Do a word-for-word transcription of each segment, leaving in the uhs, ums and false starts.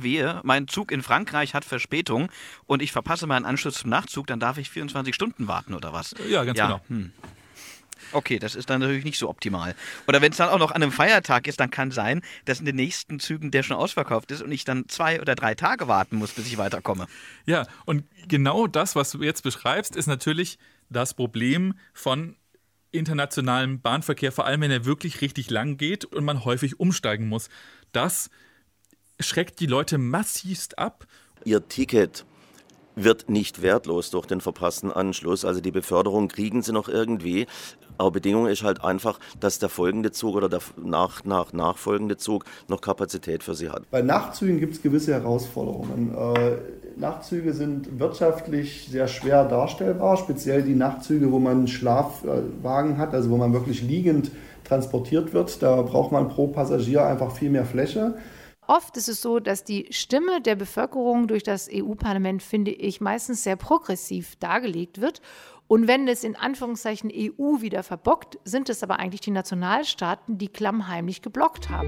wehe, mein Zug in Frankreich hat Verspätung und ich verpasse meinen Anschluss zum Nachtzug, dann darf ich vierundzwanzig Stunden warten oder was? Ja, ganz ja. genau. Hm. Okay, das ist dann natürlich nicht so optimal. Oder wenn es dann auch noch an einem Feiertag ist, dann kann sein, dass in den nächsten Zügen der schon ausverkauft ist und ich dann zwei oder drei Tage warten muss, bis ich weiterkomme. Ja, und genau das, was du jetzt beschreibst, ist natürlich das Problem von internationalem Bahnverkehr, vor allem wenn er wirklich richtig lang geht und man häufig umsteigen muss. Das schreckt die Leute massivst ab. Ihr Ticket wird nicht wertlos durch den verpassten Anschluss. Also die Beförderung kriegen sie noch irgendwie. Aber Bedingung ist halt einfach, dass der folgende Zug oder der nach, nach, nachfolgende Zug noch Kapazität für sie hat. Bei Nachtzügen gibt es gewisse Herausforderungen. Äh, Nachtzüge sind wirtschaftlich sehr schwer darstellbar, speziell die Nachtzüge, wo man Schlafwagen hat, also wo man wirklich liegend transportiert wird. Da braucht man pro Passagier einfach viel mehr Fläche. Oft ist es so, dass die Stimme der Bevölkerung durch das E U-Parlament, finde ich, meistens sehr progressiv dargelegt wird. Und wenn es in Anführungszeichen E U wieder verbockt, sind es aber eigentlich die Nationalstaaten, die klammheimlich geblockt haben.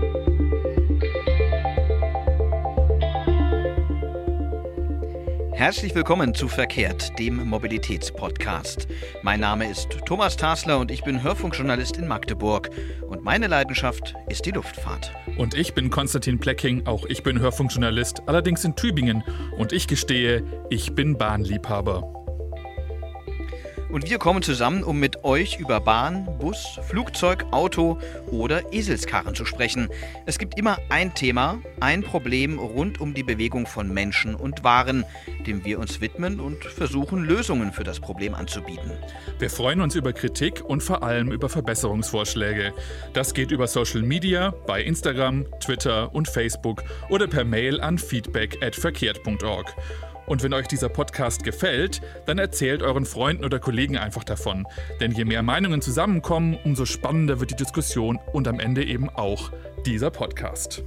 Herzlich willkommen zu Verkehrt, dem Mobilitätspodcast. Mein Name ist Thomas Tasler und ich bin Hörfunkjournalist in Magdeburg. Und meine Leidenschaft ist die Luftfahrt. Und ich bin Konstantin Plecking, auch ich bin Hörfunkjournalist, allerdings in Tübingen. Und ich gestehe, ich bin Bahnliebhaber. Und wir kommen zusammen, um mit euch über Bahn, Bus, Flugzeug, Auto oder Eselskarren zu sprechen. Es gibt immer ein Thema, ein Problem rund um die Bewegung von Menschen und Waren, dem wir uns widmen und versuchen, Lösungen für das Problem anzubieten. Wir freuen uns über Kritik und vor allem über Verbesserungsvorschläge. Das geht über Social Media, bei Instagram, Twitter und Facebook oder per Mail an feedback at verkehrt punkt org. Und wenn euch dieser Podcast gefällt, dann erzählt euren Freunden oder Kollegen einfach davon. Denn je mehr Meinungen zusammenkommen, umso spannender wird die Diskussion und am Ende eben auch dieser Podcast.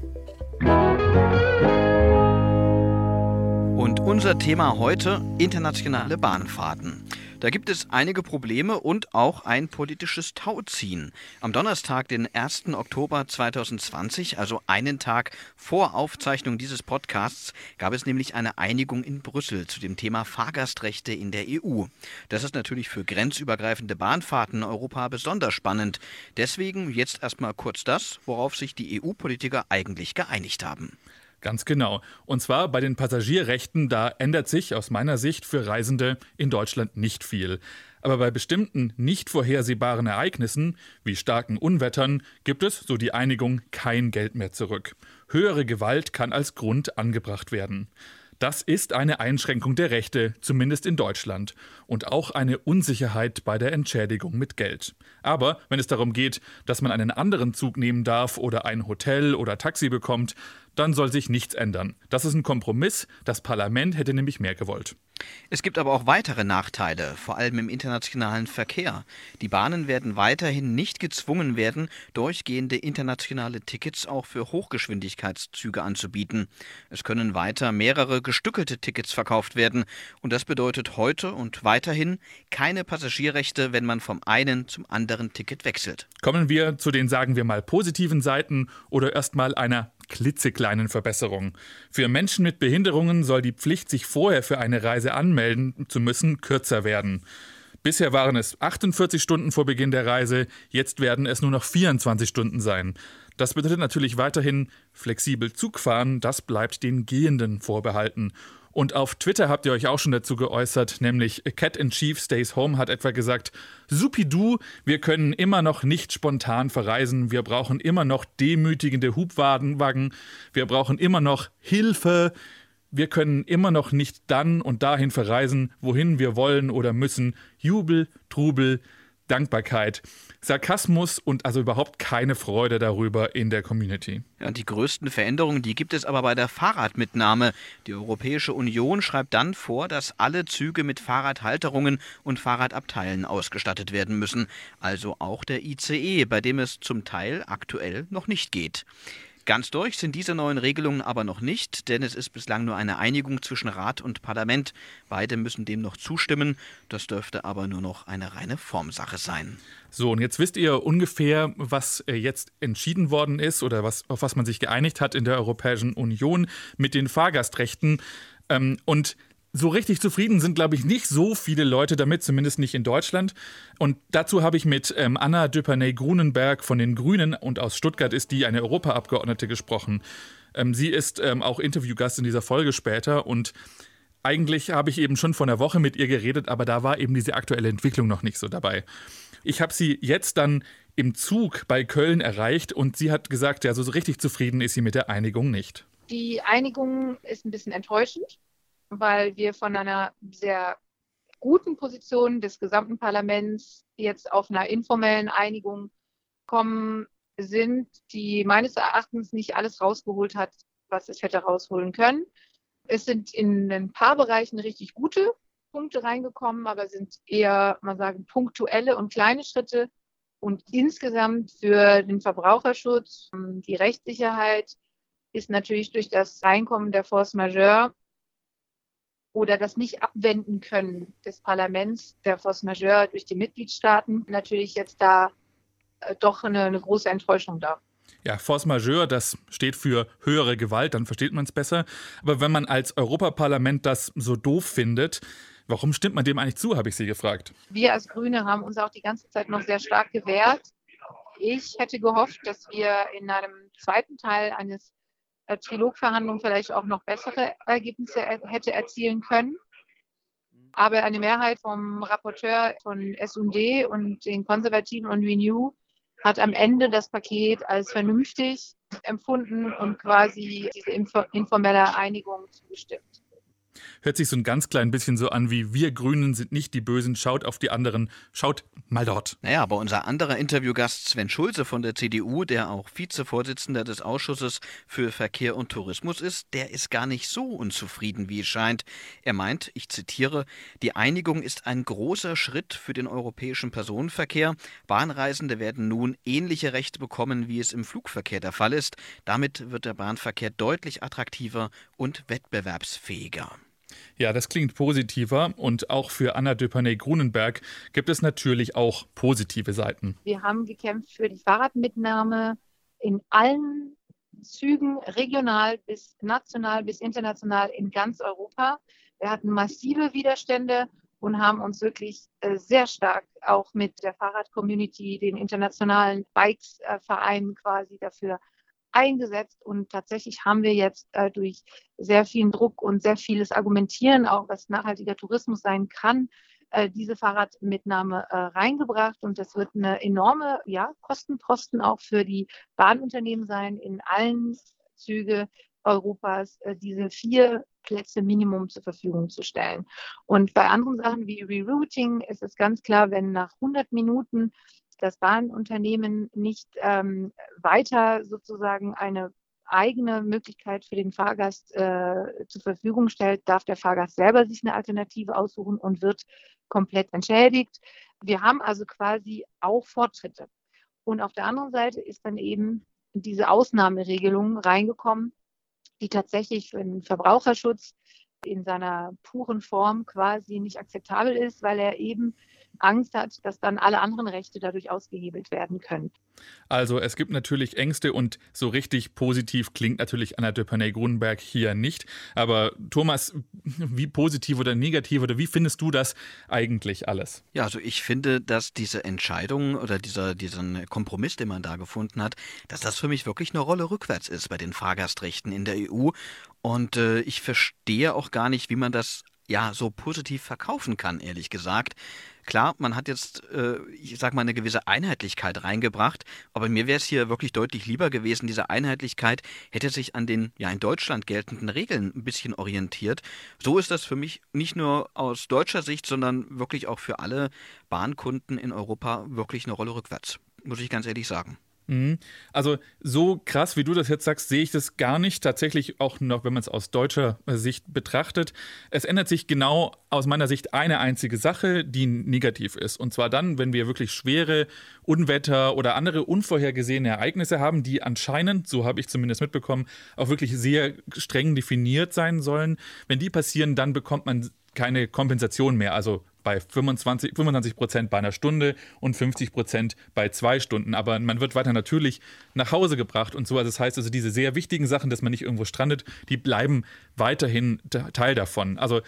Und unser Thema heute: internationale Bahnfahrten. Da gibt es einige Probleme und auch ein politisches Tauziehen. Am Donnerstag, den ersten Oktober zweitausendzwanzig, also einen Tag vor Aufzeichnung dieses Podcasts, gab es nämlich eine Einigung in Brüssel zu dem Thema Fahrgastrechte in der E U. Das ist natürlich für grenzübergreifende Bahnfahrten in Europa besonders spannend. Deswegen jetzt erstmal kurz das, worauf sich die E U-Politiker eigentlich geeinigt haben. Ganz genau. Und zwar bei den Passagierrechten, da ändert sich aus meiner Sicht für Reisende in Deutschland nicht viel. Aber bei bestimmten nicht vorhersehbaren Ereignissen, wie starken Unwettern, gibt es, so die Einigung, kein Geld mehr zurück. Höhere Gewalt kann als Grund angebracht werden. Das ist eine Einschränkung der Rechte, zumindest in Deutschland. Und auch eine Unsicherheit bei der Entschädigung mit Geld. Aber wenn es darum geht, dass man einen anderen Zug nehmen darf oder ein Hotel oder Taxi bekommt, dann soll sich nichts ändern. Das ist ein Kompromiss. Das Parlament hätte nämlich mehr gewollt. Es gibt aber auch weitere Nachteile, vor allem im internationalen Verkehr. Die Bahnen werden weiterhin nicht gezwungen werden, durchgehende internationale Tickets auch für Hochgeschwindigkeitszüge anzubieten. Es können weiter mehrere gestückelte Tickets verkauft werden. Und das bedeutet heute und weiterhin keine Passagierrechte, wenn man vom einen zum anderen Ticket wechselt. Kommen wir zu den, sagen wir mal, positiven Seiten oder erstmal einer klitzekleinen Verbesserung. Für Menschen mit Behinderungen soll die Pflicht, sich vorher für eine Reise anmelden zu müssen, kürzer werden. Bisher waren es achtundvierzig Stunden vor Beginn der Reise, jetzt werden es nur noch vierundzwanzig Stunden sein. Das bedeutet natürlich weiterhin flexibel Zug fahren, das bleibt den Gehenden vorbehalten. Und auf Twitter habt ihr euch auch schon dazu geäußert, nämlich Cat in Chief Stays Home hat etwa gesagt: Supidu, wir können immer noch nicht spontan verreisen, wir brauchen immer noch demütigende Hubwagen, wir brauchen immer noch Hilfe, wir können immer noch nicht dann und dahin verreisen, wohin wir wollen oder müssen. Jubel, Trubel, Dankbarkeit, Sarkasmus und also überhaupt keine Freude darüber in der Community. Ja, die größten Veränderungen, die gibt es aber bei der Fahrradmitnahme. Die Europäische Union schreibt dann vor, dass alle Züge mit Fahrradhalterungen und Fahrradabteilen ausgestattet werden müssen. Also auch der I C E, bei dem es zum Teil aktuell noch nicht geht. Ganz durch sind diese neuen Regelungen aber noch nicht, denn es ist bislang nur eine Einigung zwischen Rat und Parlament. Beide müssen dem noch zustimmen. Das dürfte aber nur noch eine reine Formsache sein. So, und jetzt wisst ihr ungefähr, was jetzt entschieden worden ist oder was, auf was man sich geeinigt hat in der Europäischen Union mit den Fahrgastrechten. Ähm, und So richtig zufrieden sind, glaube ich, nicht so viele Leute damit, zumindest nicht in Deutschland. Und dazu habe ich mit ähm, Anna Depernay-Grunenberg von den Grünen, und aus Stuttgart ist die eine Europaabgeordnete, gesprochen. Ähm, sie ist ähm, auch Interviewgast in dieser Folge später, und eigentlich habe ich eben schon vor einer Woche mit ihr geredet, aber da war eben diese aktuelle Entwicklung noch nicht so dabei. Ich habe sie jetzt dann im Zug bei Köln erreicht, und sie hat gesagt, ja, so richtig zufrieden ist sie mit der Einigung nicht. Die Einigung ist ein bisschen enttäuschend, weil wir von einer sehr guten Position des gesamten Parlaments jetzt auf einer informellen Einigung kommen sind, die meines Erachtens nicht alles rausgeholt hat, was es hätte rausholen können. Es sind in ein paar Bereichen richtig gute Punkte reingekommen, aber sind eher, mal sagen, punktuelle und kleine Schritte. Und insgesamt für den Verbraucherschutz, die Rechtssicherheit ist natürlich durch das Reinkommen der Force Majeure oder das Nicht-Abwenden können des Parlaments der Force Majeure durch die Mitgliedstaaten natürlich jetzt da äh, doch eine, eine große Enttäuschung da. Ja, Force Majeure, das steht für höhere Gewalt, dann versteht man es besser. Aber wenn man als Europaparlament das so doof findet, warum stimmt man dem eigentlich zu, habe ich Sie gefragt. Wir als Grüne haben uns auch die ganze Zeit noch sehr stark gewehrt. Ich hätte gehofft, dass wir in einem zweiten Teil eines Trilogverhandlungen vielleicht auch noch bessere Ergebnisse er- hätte erzielen können. Aber eine Mehrheit vom Rapporteur von S und D und den Konservativen und Renew hat am Ende das Paket als vernünftig empfunden und quasi diese info- informelle Einigung zugestimmt. Hört sich so ein ganz klein bisschen so an wie: wir Grünen sind nicht die Bösen, schaut auf die anderen, schaut mal dort. Naja, aber unser anderer Interviewgast Sven Schulze von der C D U, der auch Vizevorsitzender des Ausschusses für Verkehr und Tourismus ist, der ist gar nicht so unzufrieden, wie es scheint. Er meint, ich zitiere, die Einigung ist ein großer Schritt für den europäischen Personenverkehr. Bahnreisende werden nun ähnliche Rechte bekommen, wie es im Flugverkehr der Fall ist. Damit wird der Bahnverkehr deutlich attraktiver und wettbewerbsfähiger. Ja, das klingt positiver, und auch für Anna Depernay-Grunenberg gibt es natürlich auch positive Seiten. Wir haben gekämpft für die Fahrradmitnahme in allen Zügen, regional bis national bis international in ganz Europa. Wir hatten massive Widerstände und haben uns wirklich äh, sehr stark auch mit der Fahrrad-Community, den internationalen Bikes-Vereinen quasi dafür eingesetzt, und tatsächlich haben wir jetzt äh, durch sehr vielen Druck und sehr vieles Argumentieren, auch was nachhaltiger Tourismus sein kann, äh, diese Fahrradmitnahme äh, reingebracht, und das wird eine enorme ja, Kostenposten auch für die Bahnunternehmen sein, in allen Züge Europas äh, diese vier Plätze Minimum zur Verfügung zu stellen. Und bei anderen Sachen wie Rerouting ist es ganz klar, wenn nach hundert Minuten das Bahnunternehmen nicht ähm, weiter sozusagen eine eigene Möglichkeit für den Fahrgast äh, zur Verfügung stellt, darf der Fahrgast selber sich eine Alternative aussuchen und wird komplett entschädigt. Wir haben also quasi auch Fortschritte. Und auf der anderen Seite ist dann eben diese Ausnahmeregelung reingekommen, die tatsächlich für den Verbraucherschutz in seiner puren Form quasi nicht akzeptabel ist, weil er eben Angst hat, dass dann alle anderen Rechte dadurch ausgehebelt werden können. Also es gibt natürlich Ängste, und so richtig positiv klingt natürlich Anna Depernay-Grunenberg hier nicht. Aber Thomas, wie positiv oder negativ oder wie findest du das eigentlich alles? Ja, also ich finde, dass diese Entscheidung oder dieser diesen Kompromiss, den man da gefunden hat, dass das für mich wirklich eine Rolle rückwärts ist bei den Fahrgastrechten in der E U. Und äh, ich verstehe auch gar nicht, wie man das ja so positiv verkaufen kann, ehrlich gesagt. Klar, man hat jetzt, äh, ich sag mal, eine gewisse Einheitlichkeit reingebracht, aber mir wäre es hier wirklich deutlich lieber gewesen, diese Einheitlichkeit hätte sich an den ja in Deutschland geltenden Regeln ein bisschen orientiert. So ist das für mich nicht nur aus deutscher Sicht, sondern wirklich auch für alle Bahnkunden in Europa wirklich eine Rolle rückwärts, muss ich ganz ehrlich sagen. Also so krass, wie du das jetzt sagst, sehe ich das gar nicht. Tatsächlich auch noch, wenn man es aus deutscher Sicht betrachtet. Es ändert sich genau aus meiner Sicht eine einzige Sache, die negativ ist. Und zwar dann, wenn wir wirklich schwere Unwetter oder andere unvorhergesehene Ereignisse haben, die anscheinend, so habe ich zumindest mitbekommen, auch wirklich sehr streng definiert sein sollen. Wenn die passieren, dann bekommt man keine Kompensation mehr. Also bei fünfundzwanzig, fünfundzwanzig Prozent bei einer Stunde und fünfzig Prozent bei zwei Stunden. Aber man wird weiter natürlich nach Hause gebracht und so. Also das heißt also, diese sehr wichtigen Sachen, dass man nicht irgendwo strandet, die bleiben weiterhin Teil davon. Also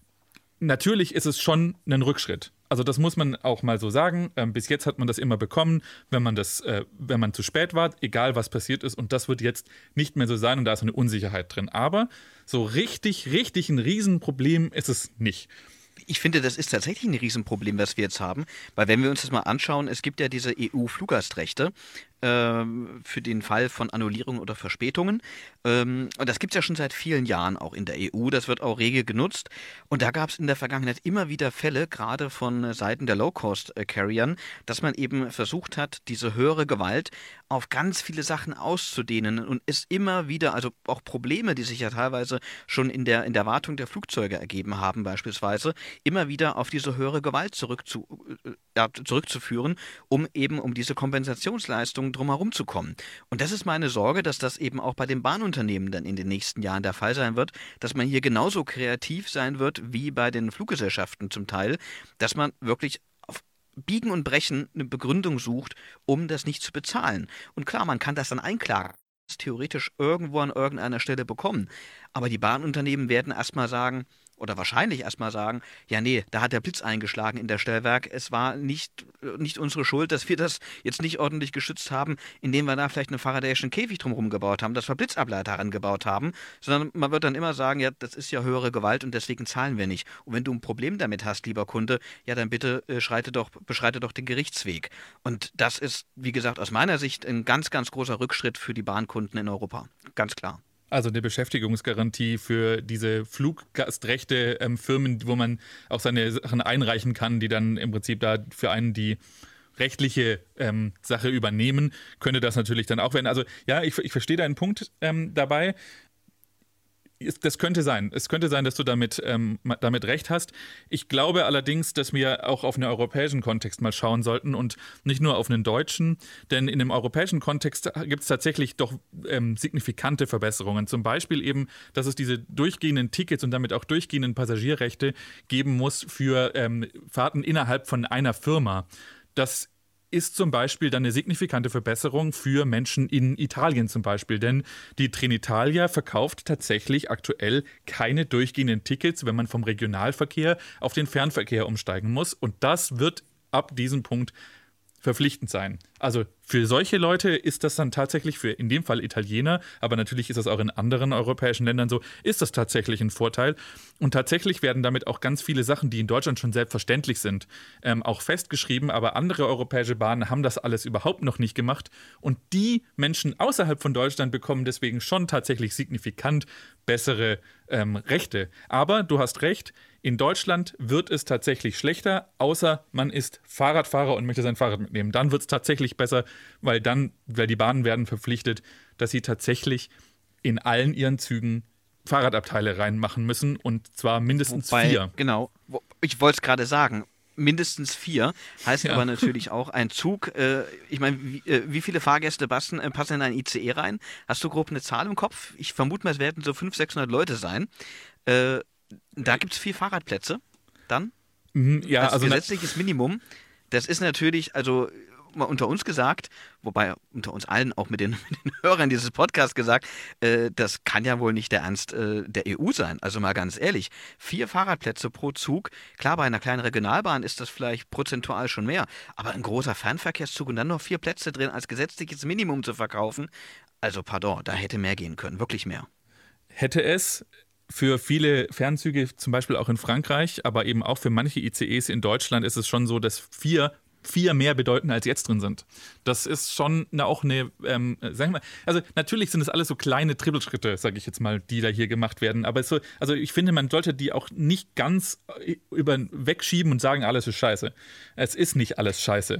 natürlich ist es schon ein Rückschritt. Also das muss man auch mal so sagen. Ähm, bis jetzt hat man das immer bekommen, wenn man, das, äh, wenn man zu spät war, egal was passiert ist. Und das wird jetzt nicht mehr so sein und da ist eine Unsicherheit drin. Aber so richtig, richtig ein Riesenproblem ist es nicht. Ich finde, das ist tatsächlich ein Riesenproblem, was wir jetzt haben, weil wenn wir uns das mal anschauen, es gibt ja diese E U-Fluggastrechte äh, für den Fall von Annullierungen oder Verspätungen ähm, und das gibt es ja schon seit vielen Jahren auch in der E U, das wird auch rege genutzt und da gab es in der Vergangenheit immer wieder Fälle, gerade von Seiten der Low-Cost-Carriern, dass man eben versucht hat, diese höhere Gewalt auf ganz viele Sachen auszudehnen und es immer wieder, also auch Probleme, die sich ja teilweise schon in der, in der Wartung der Flugzeuge ergeben haben beispielsweise, immer wieder auf diese höhere Gewalt zurückzu, äh, ja, zurückzuführen, um eben um diese Kompensationsleistungen drumherum zu kommen. Und das ist meine Sorge, dass das eben auch bei den Bahnunternehmen dann in den nächsten Jahren der Fall sein wird, dass man hier genauso kreativ sein wird wie bei den Fluggesellschaften zum Teil, dass man wirklich auf Biegen und Brechen eine Begründung sucht, um das nicht zu bezahlen. Und klar, man kann das dann einklagen, theoretisch irgendwo an irgendeiner Stelle bekommen. Aber die Bahnunternehmen werden erstmal sagen, oder wahrscheinlich erstmal sagen, ja nee, da hat der Blitz eingeschlagen in der Stellwerk, es war nicht, nicht unsere Schuld, dass wir das jetzt nicht ordentlich geschützt haben, indem wir da vielleicht einen Faradayschen Käfig drumherum gebaut haben, dass wir Blitzableiter herangebaut haben, sondern man wird dann immer sagen, ja, das ist ja höhere Gewalt und deswegen zahlen wir nicht. Und wenn du ein Problem damit hast, lieber Kunde, ja dann bitte äh, schreite doch, beschreite doch den Gerichtsweg. Und das ist, wie gesagt, aus meiner Sicht ein ganz, ganz großer Rückschritt für die Bahnkunden in Europa. Ganz klar. Also eine Beschäftigungsgarantie für diese Fluggastrechte ähm, Firmen, wo man auch seine Sachen einreichen kann, die dann im Prinzip da für einen die rechtliche ähm, Sache übernehmen, könnte das natürlich dann auch werden. Also ja, ich, ich verstehe deinen Punkt ähm, dabei. Das könnte sein. Es könnte sein, dass du damit, ähm, damit recht hast. Ich glaube allerdings, dass wir auch auf einen europäischen Kontext mal schauen sollten und nicht nur auf einen deutschen. Denn in dem europäischen Kontext gibt es tatsächlich doch ähm, signifikante Verbesserungen. Zum Beispiel eben, dass es diese durchgehenden Tickets und damit auch durchgehenden Passagierrechte geben muss für ähm, Fahrten innerhalb von einer Firma. Das ist zum Beispiel dann eine signifikante Verbesserung für Menschen in Italien zum Beispiel. Denn die Trenitalia verkauft tatsächlich aktuell keine durchgehenden Tickets, wenn man vom Regionalverkehr auf den Fernverkehr umsteigen muss. Und das wird ab diesem Punkt verpflichtend sein. Also für solche Leute ist das dann tatsächlich, für in dem Fall Italiener, aber natürlich ist das auch in anderen europäischen Ländern so, ist das tatsächlich ein Vorteil. Und tatsächlich werden damit auch ganz viele Sachen, die in Deutschland schon selbstverständlich sind, ähm, auch festgeschrieben, aber andere europäische Bahnen haben das alles überhaupt noch nicht gemacht. Und die Menschen außerhalb von Deutschland bekommen deswegen schon tatsächlich signifikant bessere ähm, Rechte. Aber du hast recht, in Deutschland wird es tatsächlich schlechter, außer man ist Fahrradfahrer und möchte sein Fahrrad mitnehmen. Dann wird es tatsächlich besser, weil dann, weil die Bahnen werden verpflichtet, dass sie tatsächlich in allen ihren Zügen Fahrradabteile reinmachen müssen und zwar mindestens Wobei, vier. Genau, ich wollte es gerade sagen. Mindestens vier, heißt ja. aber natürlich auch ein Zug. Äh, ich meine, wie, äh, wie viele Fahrgäste passen, äh, passen in ein I C E rein? Hast du grob eine Zahl im Kopf? Ich vermute mal, es werden so fünfhundert, sechshundert Leute sein. Äh, da gibt es vier Fahrradplätze dann. Mhm, ja, als also gesetzliches Minimum. Das ist natürlich, also mal unter uns gesagt, wobei unter uns allen, auch mit den, mit den Hörern dieses Podcasts gesagt, äh, das kann ja wohl nicht der Ernst äh, der E U sein. Also mal ganz ehrlich, vier Fahrradplätze pro Zug, klar, bei einer kleinen Regionalbahn ist das vielleicht prozentual schon mehr, aber ein großer Fernverkehrszug und dann noch vier Plätze drin als gesetzliches Minimum zu verkaufen, also pardon, da hätte mehr gehen können, wirklich mehr. Hätte es für viele Fernzüge, zum Beispiel auch in Frankreich, aber eben auch für manche I C Es in Deutschland ist es schon so, dass vier vier mehr bedeuten, als jetzt drin sind. Das ist schon eine, auch eine, ähm, sagen wir mal, also natürlich sind es alles so kleine Trippelschritte, sage ich jetzt mal, die da hier gemacht werden, aber so, also ich finde, man sollte die auch nicht ganz über wegschieben und sagen, alles ist scheiße. Es ist nicht alles scheiße.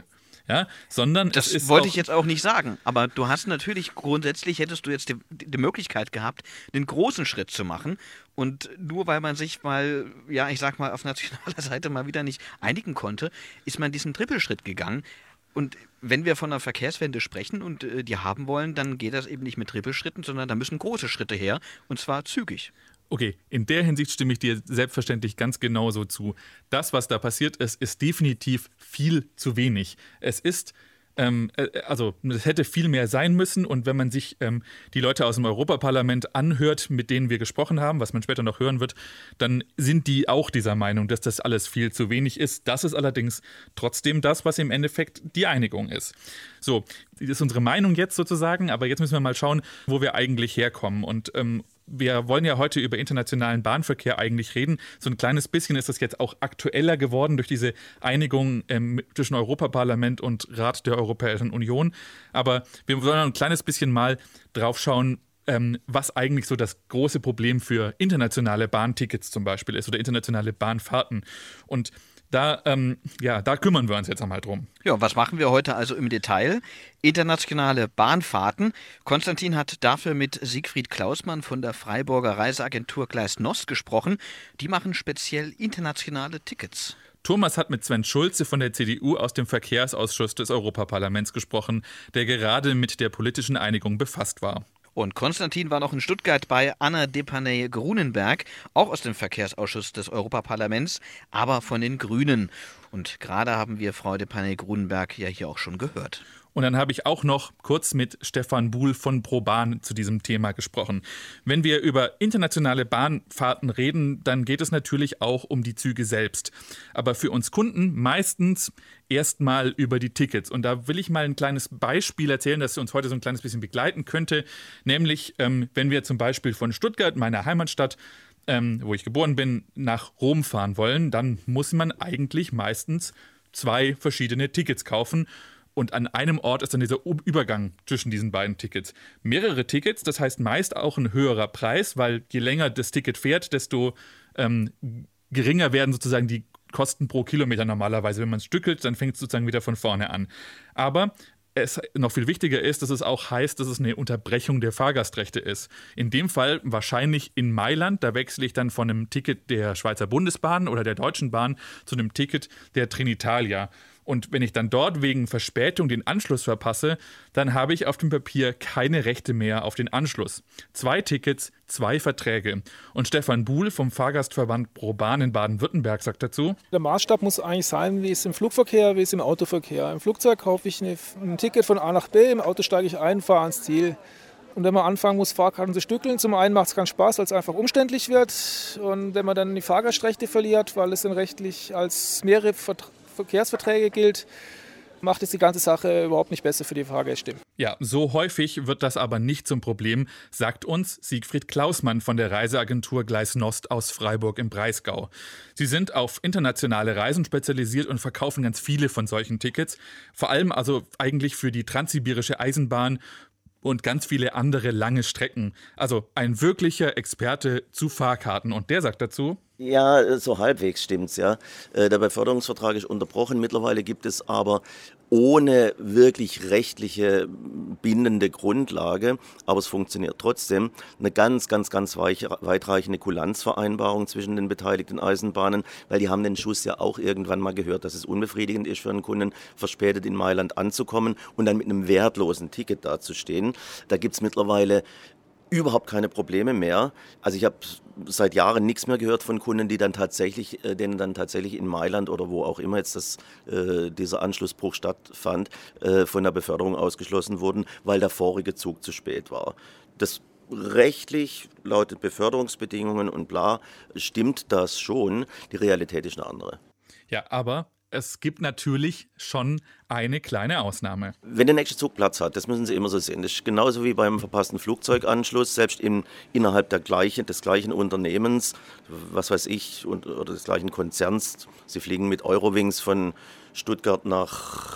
Ja, sondern das es ist wollte auch, ich jetzt auch nicht sagen, aber du hast natürlich grundsätzlich, hättest du jetzt die, die Möglichkeit gehabt, den großen Schritt zu machen und nur weil man sich mal, ja, ich sag mal, auf nationaler Seite mal wieder nicht einigen konnte, ist man diesen Trippelschritt gegangen. Und wenn wir von einer Verkehrswende sprechen und äh, die haben wollen, dann geht das eben nicht mit Trippelschritten, sondern da müssen große Schritte her und zwar zügig. Okay, in der Hinsicht stimme ich dir selbstverständlich ganz genauso zu. Das, was da passiert ist, ist definitiv viel zu wenig. Es ist, ähm, äh, also es hätte viel mehr sein müssen und wenn man sich ähm, die Leute aus dem Europaparlament anhört, mit denen wir gesprochen haben, was man später noch hören wird, dann sind die auch dieser Meinung, dass das alles viel zu wenig ist. Das ist allerdings trotzdem das, was im Endeffekt die Einigung ist. So, das ist unsere Meinung jetzt sozusagen, aber jetzt müssen wir mal schauen, wo wir eigentlich herkommen und ähm, wir wollen ja heute über internationalen Bahnverkehr eigentlich reden. So ein kleines bisschen ist das jetzt auch aktueller geworden durch diese Einigung ähm, zwischen Europaparlament und Rat der Europäischen Union. Aber wir wollen ein kleines bisschen mal drauf schauen, ähm, was eigentlich so das große Problem für internationale Bahntickets zum Beispiel ist oder internationale Bahnfahrten. Und Da, ähm, ja, da kümmern wir uns jetzt einmal drum. Ja, was machen wir heute also im Detail? Internationale Bahnfahrten. Konstantin hat dafür mit Siegfried Klausmann von der Freiburger Reiseagentur Gleis Nost gesprochen. Die machen speziell internationale Tickets. Thomas hat mit Sven Schulze von der C D U aus dem Verkehrsausschuss des Europaparlaments gesprochen, der gerade mit der politischen Einigung befasst war. Und Konstantin war noch in Stuttgart bei Anna Depanay-Grunenberg, auch aus dem Verkehrsausschuss des Europaparlaments, aber von den Grünen. Und gerade haben wir Frau Depanay-Grunenberg ja hier auch schon gehört. Und dann habe ich auch noch kurz mit Stefan Buhl von ProBahn zu diesem Thema gesprochen. Wenn wir über internationale Bahnfahrten reden, dann geht es natürlich auch um die Züge selbst. Aber für uns Kunden meistens erstmal über die Tickets. Und da will ich mal ein kleines Beispiel erzählen, das uns heute so ein kleines bisschen begleiten könnte. Nämlich, ähm, wenn wir zum Beispiel von Stuttgart, meiner Heimatstadt, ähm, wo ich geboren bin, nach Rom fahren wollen, dann muss man eigentlich meistens zwei verschiedene Tickets kaufen. Und an einem Ort ist dann dieser Übergang zwischen diesen beiden Tickets. Mehrere Tickets, das heißt meist auch ein höherer Preis, weil je länger das Ticket fährt, desto ähm, geringer werden sozusagen die Kosten pro Kilometer normalerweise. Wenn man es stückelt, dann fängt es sozusagen wieder von vorne an. Aber es noch viel wichtiger ist, dass es auch heißt, dass es eine Unterbrechung der Fahrgastrechte ist. In dem Fall wahrscheinlich in Mailand, da wechsle ich dann von einem Ticket der Schweizer Bundesbahn oder der Deutschen Bahn zu einem Ticket der Trenitalia. Und wenn ich dann dort wegen Verspätung den Anschluss verpasse, dann habe ich auf dem Papier keine Rechte mehr auf den Anschluss. Zwei Tickets, zwei Verträge. Und Stefan Buhl vom Fahrgastverband ProBahn in Baden-Württemberg sagt dazu: Der Maßstab muss eigentlich sein, wie es im Flugverkehr, wie es im Autoverkehr. Im Flugzeug kaufe ich eine, ein Ticket von A nach B, im Auto steige ich ein, fahre ans Ziel. Und wenn man anfangen muss, Fahrkarten zu stückeln, zum einen macht es keinen Spaß, weil es einfach umständlich wird. Und wenn man dann die Fahrgastrechte verliert, weil es dann rechtlich als mehrere Verträge Verkehrsverträge gilt, macht es die ganze Sache überhaupt nicht besser für die Fahrgäste. Ja, so häufig wird das aber nicht zum Problem, sagt uns Siegfried Klausmann von der Reiseagentur Gleis Nost aus Freiburg im Breisgau. Sie sind auf internationale Reisen spezialisiert und verkaufen ganz viele von solchen Tickets, vor allem also eigentlich für die Transsibirische Eisenbahn und ganz viele andere lange Strecken. Also ein wirklicher Experte zu Fahrkarten. Und der sagt dazu: Ja, so halbwegs stimmt's, ja. Der Beförderungsvertrag ist unterbrochen. Mittlerweile gibt es aber ohne wirklich rechtliche bindende Grundlage, aber es funktioniert trotzdem, eine ganz, ganz, ganz weitreichende Kulanzvereinbarung zwischen den beteiligten Eisenbahnen, weil die haben den Schuss ja auch irgendwann mal gehört, dass es unbefriedigend ist für einen Kunden, verspätet in Mailand anzukommen und dann mit einem wertlosen Ticket dazustehen. Da gibt's mittlerweile überhaupt keine Probleme mehr. Also ich habe seit Jahren nichts mehr gehört von Kunden, die dann tatsächlich, äh, denen dann tatsächlich in Mailand oder wo auch immer jetzt das, äh, dieser Anschlussbruch stattfand, äh, von der Beförderung ausgeschlossen wurden, weil der vorige Zug zu spät war. Das rechtlich, laut Beförderungsbedingungen und bla, stimmt das schon. Die Realität ist eine andere. Ja, aber es gibt natürlich schon eine kleine Ausnahme. Wenn der nächste Zug Platz hat, das müssen Sie immer so sehen. Das ist genauso wie beim verpassten Flugzeuganschluss, selbst in, innerhalb der gleichen, des gleichen Unternehmens, was weiß ich, und, oder des gleichen Konzerns. Sie fliegen mit Eurowings von Stuttgart nach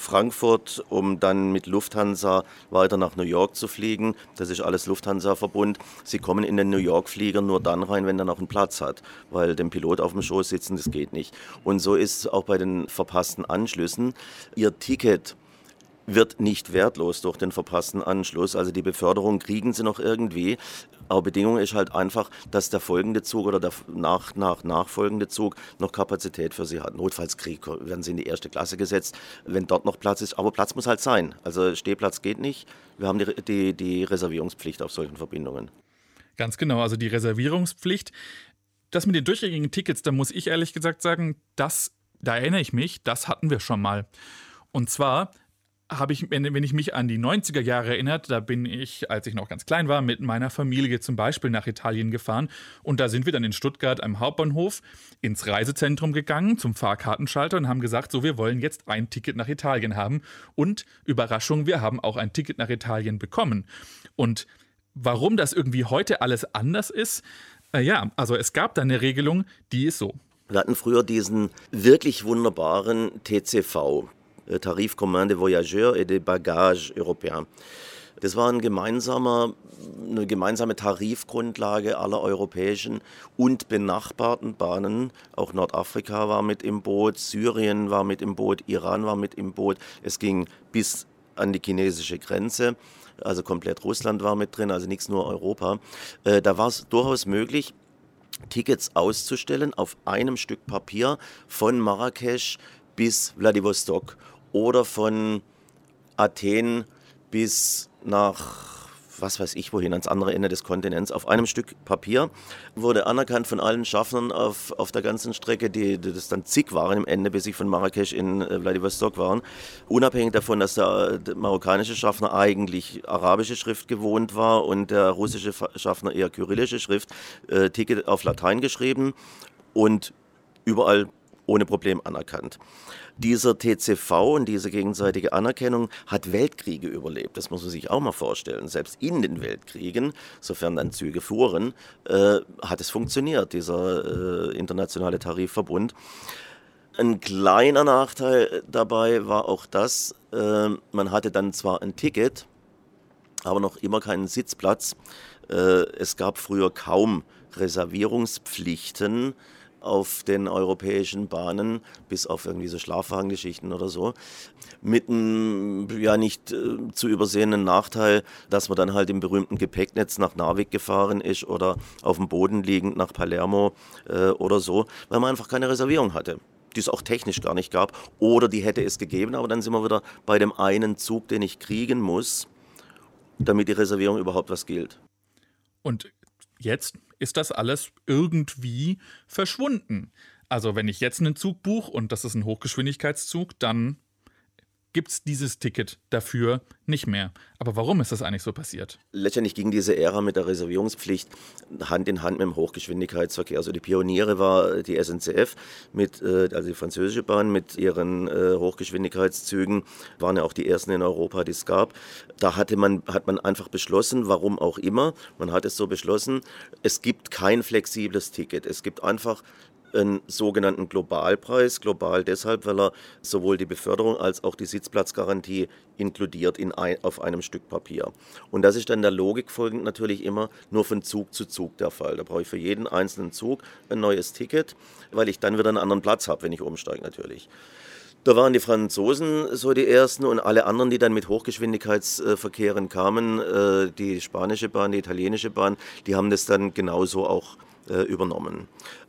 Frankfurt, um dann mit Lufthansa weiter nach New York zu fliegen. Das ist alles Lufthansa-Verbund. Sie kommen in den New York-Flieger nur dann rein, wenn er noch einen Platz hat, weil dem Pilot auf dem Schoß sitzen, das geht nicht. Und so ist es auch bei den verpassten Anschlüssen. Ihr Ticket wird nicht wertlos durch den verpassten Anschluss. Also die Beförderung kriegen sie noch irgendwie. Aber Bedingung ist halt einfach, dass der folgende Zug oder der nach, nach, nachfolgende Zug noch Kapazität für sie hat. Notfalls werden sie in die erste Klasse gesetzt, wenn dort noch Platz ist. Aber Platz muss halt sein. Also Stehplatz geht nicht. Wir haben die, die, die Reservierungspflicht auf solchen Verbindungen. Ganz genau, also die Reservierungspflicht. Das mit den durchgängigen Tickets, da muss ich ehrlich gesagt sagen, das, da erinnere ich mich, das hatten wir schon mal. Und zwar habe ich, wenn ich mich an die neunziger Jahre erinnert, da bin ich, als ich noch ganz klein war, mit meiner Familie zum Beispiel nach Italien gefahren. Und da sind wir dann in Stuttgart am Hauptbahnhof ins Reisezentrum gegangen, zum Fahrkartenschalter und haben gesagt, so, wir wollen jetzt ein Ticket nach Italien haben. Und Überraschung, wir haben auch ein Ticket nach Italien bekommen. Und warum das irgendwie heute alles anders ist, äh, ja, also es gab da eine Regelung, die ist so. Wir hatten früher diesen wirklich wunderbaren T C V, Tarif Commun des Voyageurs et des Bagages Européens. Das war ein gemeinsamer, eine gemeinsame Tarifgrundlage aller europäischen und benachbarten Bahnen. Auch Nordafrika war mit im Boot, Syrien war mit im Boot, Iran war mit im Boot. Es ging bis an die chinesische Grenze, also komplett Russland war mit drin, also nichts nur Europa. Da war es durchaus möglich, Tickets auszustellen auf einem Stück Papier von Marrakesch bis Wladiwostok oder von Athen bis nach, was weiß ich wohin, ans andere Ende des Kontinents. Auf einem Stück Papier wurde anerkannt von allen Schaffnern auf, auf der ganzen Strecke, die, die das dann zig waren im Ende, bis sie von Marrakesch in Wladiwostok waren. Unabhängig davon, dass der, der marokkanische Schaffner eigentlich arabische Schrift gewohnt war und der russische Schaffner eher kyrillische Schrift, äh, Ticket auf Latein geschrieben und überall ohne Problem anerkannt. Dieser T C V und diese gegenseitige Anerkennung hat Weltkriege überlebt. Das muss man sich auch mal vorstellen. Selbst in den Weltkriegen, sofern dann Züge fuhren, äh, hat es funktioniert, dieser äh, internationale Tarifverbund. Ein kleiner Nachteil dabei war auch das, äh, man hatte dann zwar ein Ticket, aber noch immer keinen Sitzplatz. Äh, es gab früher kaum Reservierungspflichten auf den europäischen Bahnen, bis auf irgendwie so Schlafwagengeschichten oder so, mit einem ja nicht äh, zu übersehenden Nachteil, dass man dann halt im berühmten Gepäcknetz nach Narvik gefahren ist oder auf dem Boden liegend nach Palermo äh, oder so, weil man einfach keine Reservierung hatte, die es auch technisch gar nicht gab, oder die hätte es gegeben, aber dann sind wir wieder bei dem einen Zug, den ich kriegen muss, damit die Reservierung überhaupt was gilt. Und jetzt ist das alles irgendwie verschwunden. Also wenn ich jetzt einen Zug buche und das ist ein Hochgeschwindigkeitszug, dann gibt es dieses Ticket dafür nicht mehr. Aber warum ist das eigentlich so passiert? Letztendlich ging diese Ära mit der Reservierungspflicht Hand in Hand mit dem Hochgeschwindigkeitsverkehr. Also die Pioniere war die S N C F, mit, also die französische Bahn mit ihren Hochgeschwindigkeitszügen, waren ja auch die ersten in Europa, die es gab. Da hatte man, hat man einfach beschlossen, warum auch immer, man hat es so beschlossen, es gibt kein flexibles Ticket. Es gibt einfach einen sogenannten Globalpreis. Global deshalb, weil er sowohl die Beförderung als auch die Sitzplatzgarantie inkludiert in ein, auf einem Stück Papier. Und das ist dann der Logik folgend natürlich immer nur von Zug zu Zug der Fall. Da brauche ich für jeden einzelnen Zug ein neues Ticket, weil ich dann wieder einen anderen Platz habe, wenn ich umsteige natürlich. Da waren die Franzosen so die ersten und alle anderen, die dann mit Hochgeschwindigkeitsverkehren kamen, die spanische Bahn, die italienische Bahn, die haben das dann genauso auch übernommen.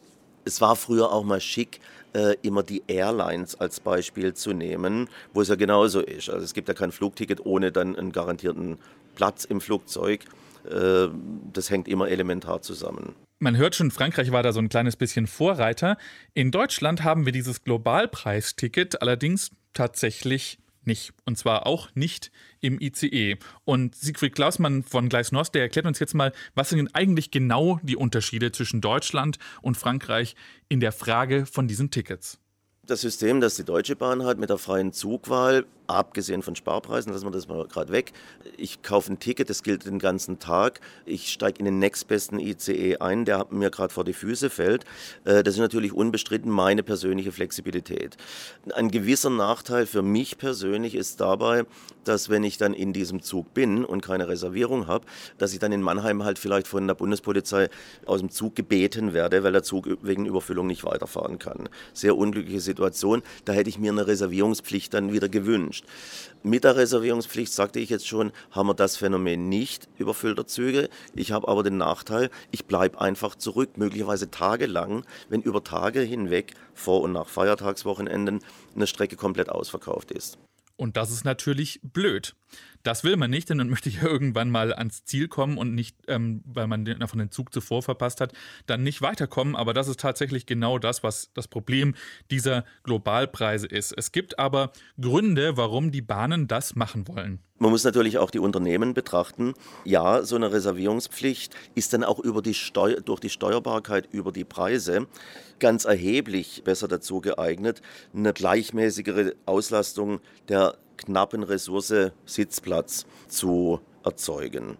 Es war früher auch mal schick, äh, immer die Airlines als Beispiel zu nehmen, wo es ja genauso ist. Also es gibt ja kein Flugticket ohne dann einen garantierten Platz im Flugzeug. Äh, das hängt immer elementar zusammen. Man hört schon, Frankreich war da so ein kleines bisschen Vorreiter. In Deutschland haben wir dieses Globalpreisticket allerdings tatsächlich nicht. Und zwar auch nicht im I C E. Und Siegfried Klausmann von Gleis Nost, der erklärt uns jetzt mal, was sind denn eigentlich genau die Unterschiede zwischen Deutschland und Frankreich in der Frage von diesen Tickets. Das System, das die Deutsche Bahn hat mit der freien Zugwahl, Abgesehen von Sparpreisen, lassen wir das mal gerade weg. Ich kaufe ein Ticket, das gilt den ganzen Tag. Ich steige in den nächstbesten I C E ein, der mir gerade vor die Füße fällt. Das ist natürlich unbestritten meine persönliche Flexibilität. Ein gewisser Nachteil für mich persönlich ist dabei, dass wenn ich dann in diesem Zug bin und keine Reservierung habe, dass ich dann in Mannheim halt vielleicht von der Bundespolizei aus dem Zug gebeten werde, weil der Zug wegen Überfüllung nicht weiterfahren kann. Sehr unglückliche Situation. Da hätte ich mir eine Reservierungspflicht dann wieder gewünscht. Mit der Reservierungspflicht, sagte ich jetzt schon, haben wir das Phänomen nicht überfüllter Züge. Ich habe aber den Nachteil, ich bleibe einfach zurück, möglicherweise tagelang, wenn über Tage hinweg, vor und nach Feiertagswochenenden, eine Strecke komplett ausverkauft ist. Und das ist natürlich blöd. Das will man nicht, denn man möchte ja irgendwann mal ans Ziel kommen und nicht, ähm, weil man den, von den Zug zuvor verpasst hat, dann nicht weiterkommen. Aber das ist tatsächlich genau das, was das Problem dieser Globalpreise ist. Es gibt aber Gründe, warum die Bahnen das machen wollen. Man muss natürlich auch die Unternehmen betrachten. Ja, so eine Reservierungspflicht ist dann auch über die Steu- durch die Steuerbarkeit über die Preise ganz erheblich besser dazu geeignet, eine gleichmäßigere Auslastung der knappen Ressource Sitzplatz zu erzeugen.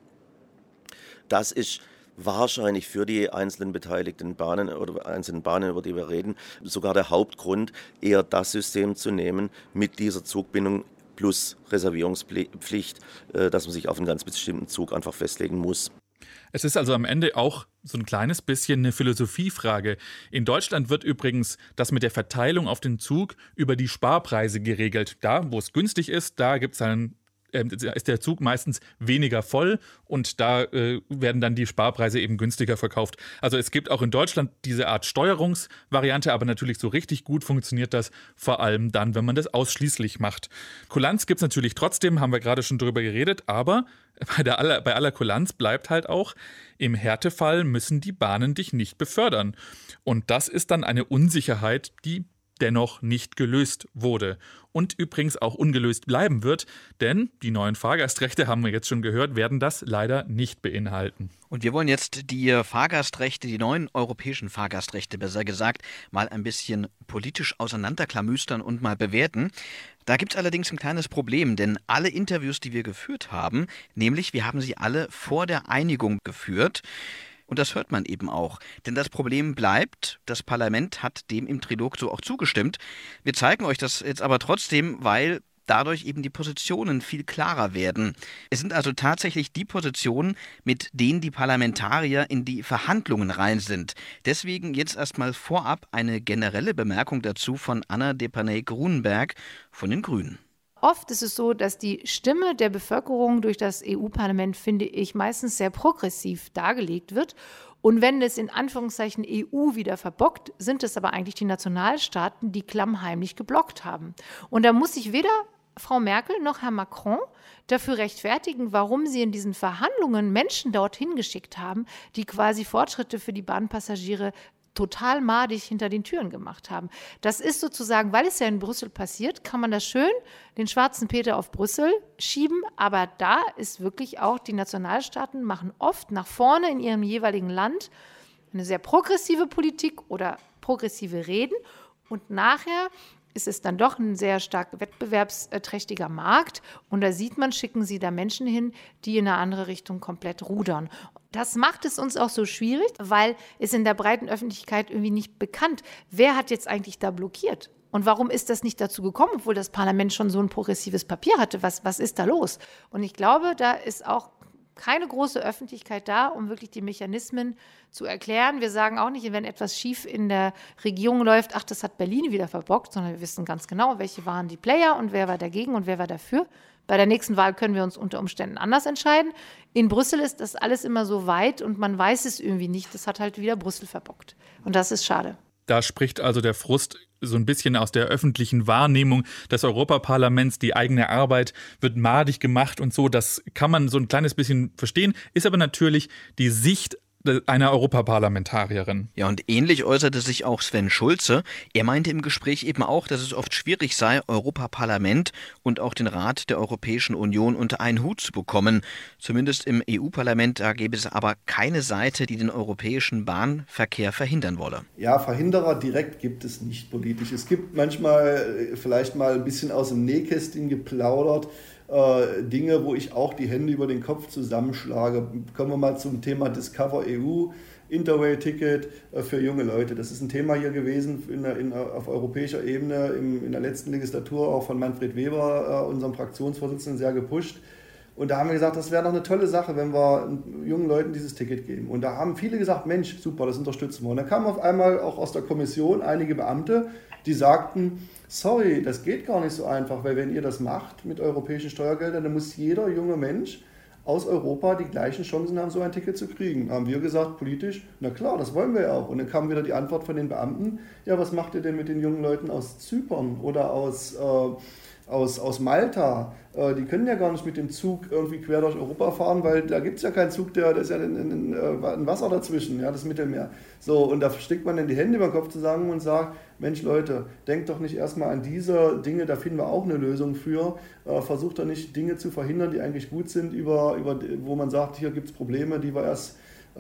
Das ist wahrscheinlich für die einzelnen beteiligten Bahnen oder einzelnen Bahnen, über die wir reden, sogar der Hauptgrund, eher das System zu nehmen mit dieser Zugbindung plus Reservierungspflicht, dass man sich auf einen ganz bestimmten Zug einfach festlegen muss. Es ist also am Ende auch so ein kleines bisschen eine Philosophiefrage. In Deutschland wird übrigens das mit der Verteilung auf den Zug über die Sparpreise geregelt. Da, wo es günstig ist, da gibt's einen ist der Zug meistens weniger voll und da äh, werden dann die Sparpreise eben günstiger verkauft. Also es gibt auch in Deutschland diese Art Steuerungsvariante, aber natürlich so richtig gut funktioniert das vor allem dann, wenn man das ausschließlich macht. Kulanz gibt es natürlich trotzdem, haben wir gerade schon drüber geredet, aber bei, der aller, bei aller Kulanz bleibt halt auch, im Härtefall müssen die Bahnen dich nicht befördern. Und das ist dann eine Unsicherheit, die dennoch nicht gelöst wurde und übrigens auch ungelöst bleiben wird, denn die neuen Fahrgastrechte, haben wir jetzt schon gehört, werden das leider nicht beinhalten. Und wir wollen jetzt die Fahrgastrechte, die neuen europäischen Fahrgastrechte besser gesagt, mal ein bisschen politisch auseinanderklamüstern und mal bewerten. Da gibt es allerdings ein kleines Problem, denn alle Interviews, die wir geführt haben, nämlich wir haben sie alle vor der Einigung geführt. Und das hört man eben auch. Denn das Problem bleibt, das Parlament hat dem im Trilog so auch zugestimmt. Wir zeigen euch das jetzt aber trotzdem, weil dadurch eben die Positionen viel klarer werden. Es sind also tatsächlich die Positionen, mit denen die Parlamentarier in die Verhandlungen rein sind. Deswegen jetzt erstmal vorab eine generelle Bemerkung dazu von Anna Deparnay-Grunenberg von den Grünen. Oft ist es so, dass die Stimme der Bevölkerung durch das E U-Parlament, finde ich, meistens sehr progressiv dargelegt wird. Und wenn es in Anführungszeichen E U wieder verbockt, sind es aber eigentlich die Nationalstaaten, die klammheimlich geblockt haben. Und da muss sich weder Frau Merkel noch Herr Macron dafür rechtfertigen, warum sie in diesen Verhandlungen Menschen dorthin geschickt haben, die quasi Fortschritte für die Bahnpassagiere total madig hinter den Türen gemacht haben. Das ist sozusagen, weil es ja in Brüssel passiert, kann man das schön, den schwarzen Peter auf Brüssel schieben, aber da ist wirklich auch, die Nationalstaaten machen oft nach vorne in ihrem jeweiligen Land eine sehr progressive Politik oder progressive Reden und nachher ist es dann doch ein sehr stark wettbewerbsträchtiger Markt und da sieht man, schicken sie da Menschen hin, die in eine andere Richtung komplett rudern. Das macht es uns auch so schwierig, weil es in der breiten Öffentlichkeit irgendwie nicht bekannt, wer hat jetzt eigentlich da blockiert und warum ist das nicht dazu gekommen, obwohl das Parlament schon so ein progressives Papier hatte, was, was ist da los? Und ich glaube, da ist auch keine große Öffentlichkeit da, um wirklich die Mechanismen zu erklären. Wir sagen auch nicht, wenn etwas schief in der Regierung läuft, ach, das hat Berlin wieder verbockt, sondern wir wissen ganz genau, welche waren die Player und wer war dagegen und wer war dafür. Bei der nächsten Wahl können wir uns unter Umständen anders entscheiden. In Brüssel ist das alles immer so weit und man weiß es irgendwie nicht. Das hat halt wieder Brüssel verbockt. Und das ist schade. Da spricht also der Frust so ein bisschen aus der öffentlichen Wahrnehmung des Europaparlaments. Die eigene Arbeit wird madig gemacht und so. Das kann man so ein kleines bisschen verstehen. Ist aber natürlich die Sicht einer Europaparlamentarierin. Ja, und ähnlich äußerte sich auch Sven Schulze. Er meinte im Gespräch eben auch, dass es oft schwierig sei, Europaparlament und auch den Rat der Europäischen Union unter einen Hut zu bekommen. Zumindest im E U-Parlament, da gäbe es aber keine Seite, die den europäischen Bahnverkehr verhindern wolle. Ja, Verhinderer direkt gibt es nicht politisch. Es gibt manchmal vielleicht mal ein bisschen aus dem Nähkästchen geplaudert, Äh, Dinge, wo ich auch die Hände über den Kopf zusammenschlage. Kommen wir mal zum Thema Discover E U, Interrail-Ticket äh, für junge Leute. Das ist ein Thema hier gewesen in der, in, auf europäischer Ebene im, in der letzten Legislatur, auch von Manfred Weber, äh, unserem Fraktionsvorsitzenden, sehr gepusht. Und da haben wir gesagt, das wäre doch eine tolle Sache, wenn wir jungen Leuten dieses Ticket geben. Und da haben viele gesagt, Mensch, super, das unterstützen wir. Und dann kamen auf einmal auch aus der Kommission einige Beamte, die sagten, sorry, das geht gar nicht so einfach, weil wenn ihr das macht mit europäischen Steuergeldern, dann muss jeder junge Mensch aus Europa die gleichen Chancen haben, so ein Ticket zu kriegen. Da haben wir gesagt, politisch, na klar, das wollen wir ja auch. Und dann kam wieder die Antwort von den Beamten, ja, was macht ihr denn mit den jungen Leuten aus Zypern oder aus... Äh, Aus, aus Malta, äh, die können ja gar nicht mit dem Zug irgendwie quer durch Europa fahren, weil da gibt es ja keinen Zug, der, da ist ja ein, ein, ein Wasser dazwischen, ja, das Mittelmeer. So, und da steckt man dann die Hände über den Kopf zusammen und sagt, Mensch Leute, denkt doch nicht erstmal an diese Dinge, da finden wir auch eine Lösung für. Äh, versucht doch nicht Dinge zu verhindern, die eigentlich gut sind, über, über, wo man sagt, hier gibt es Probleme, die wir erst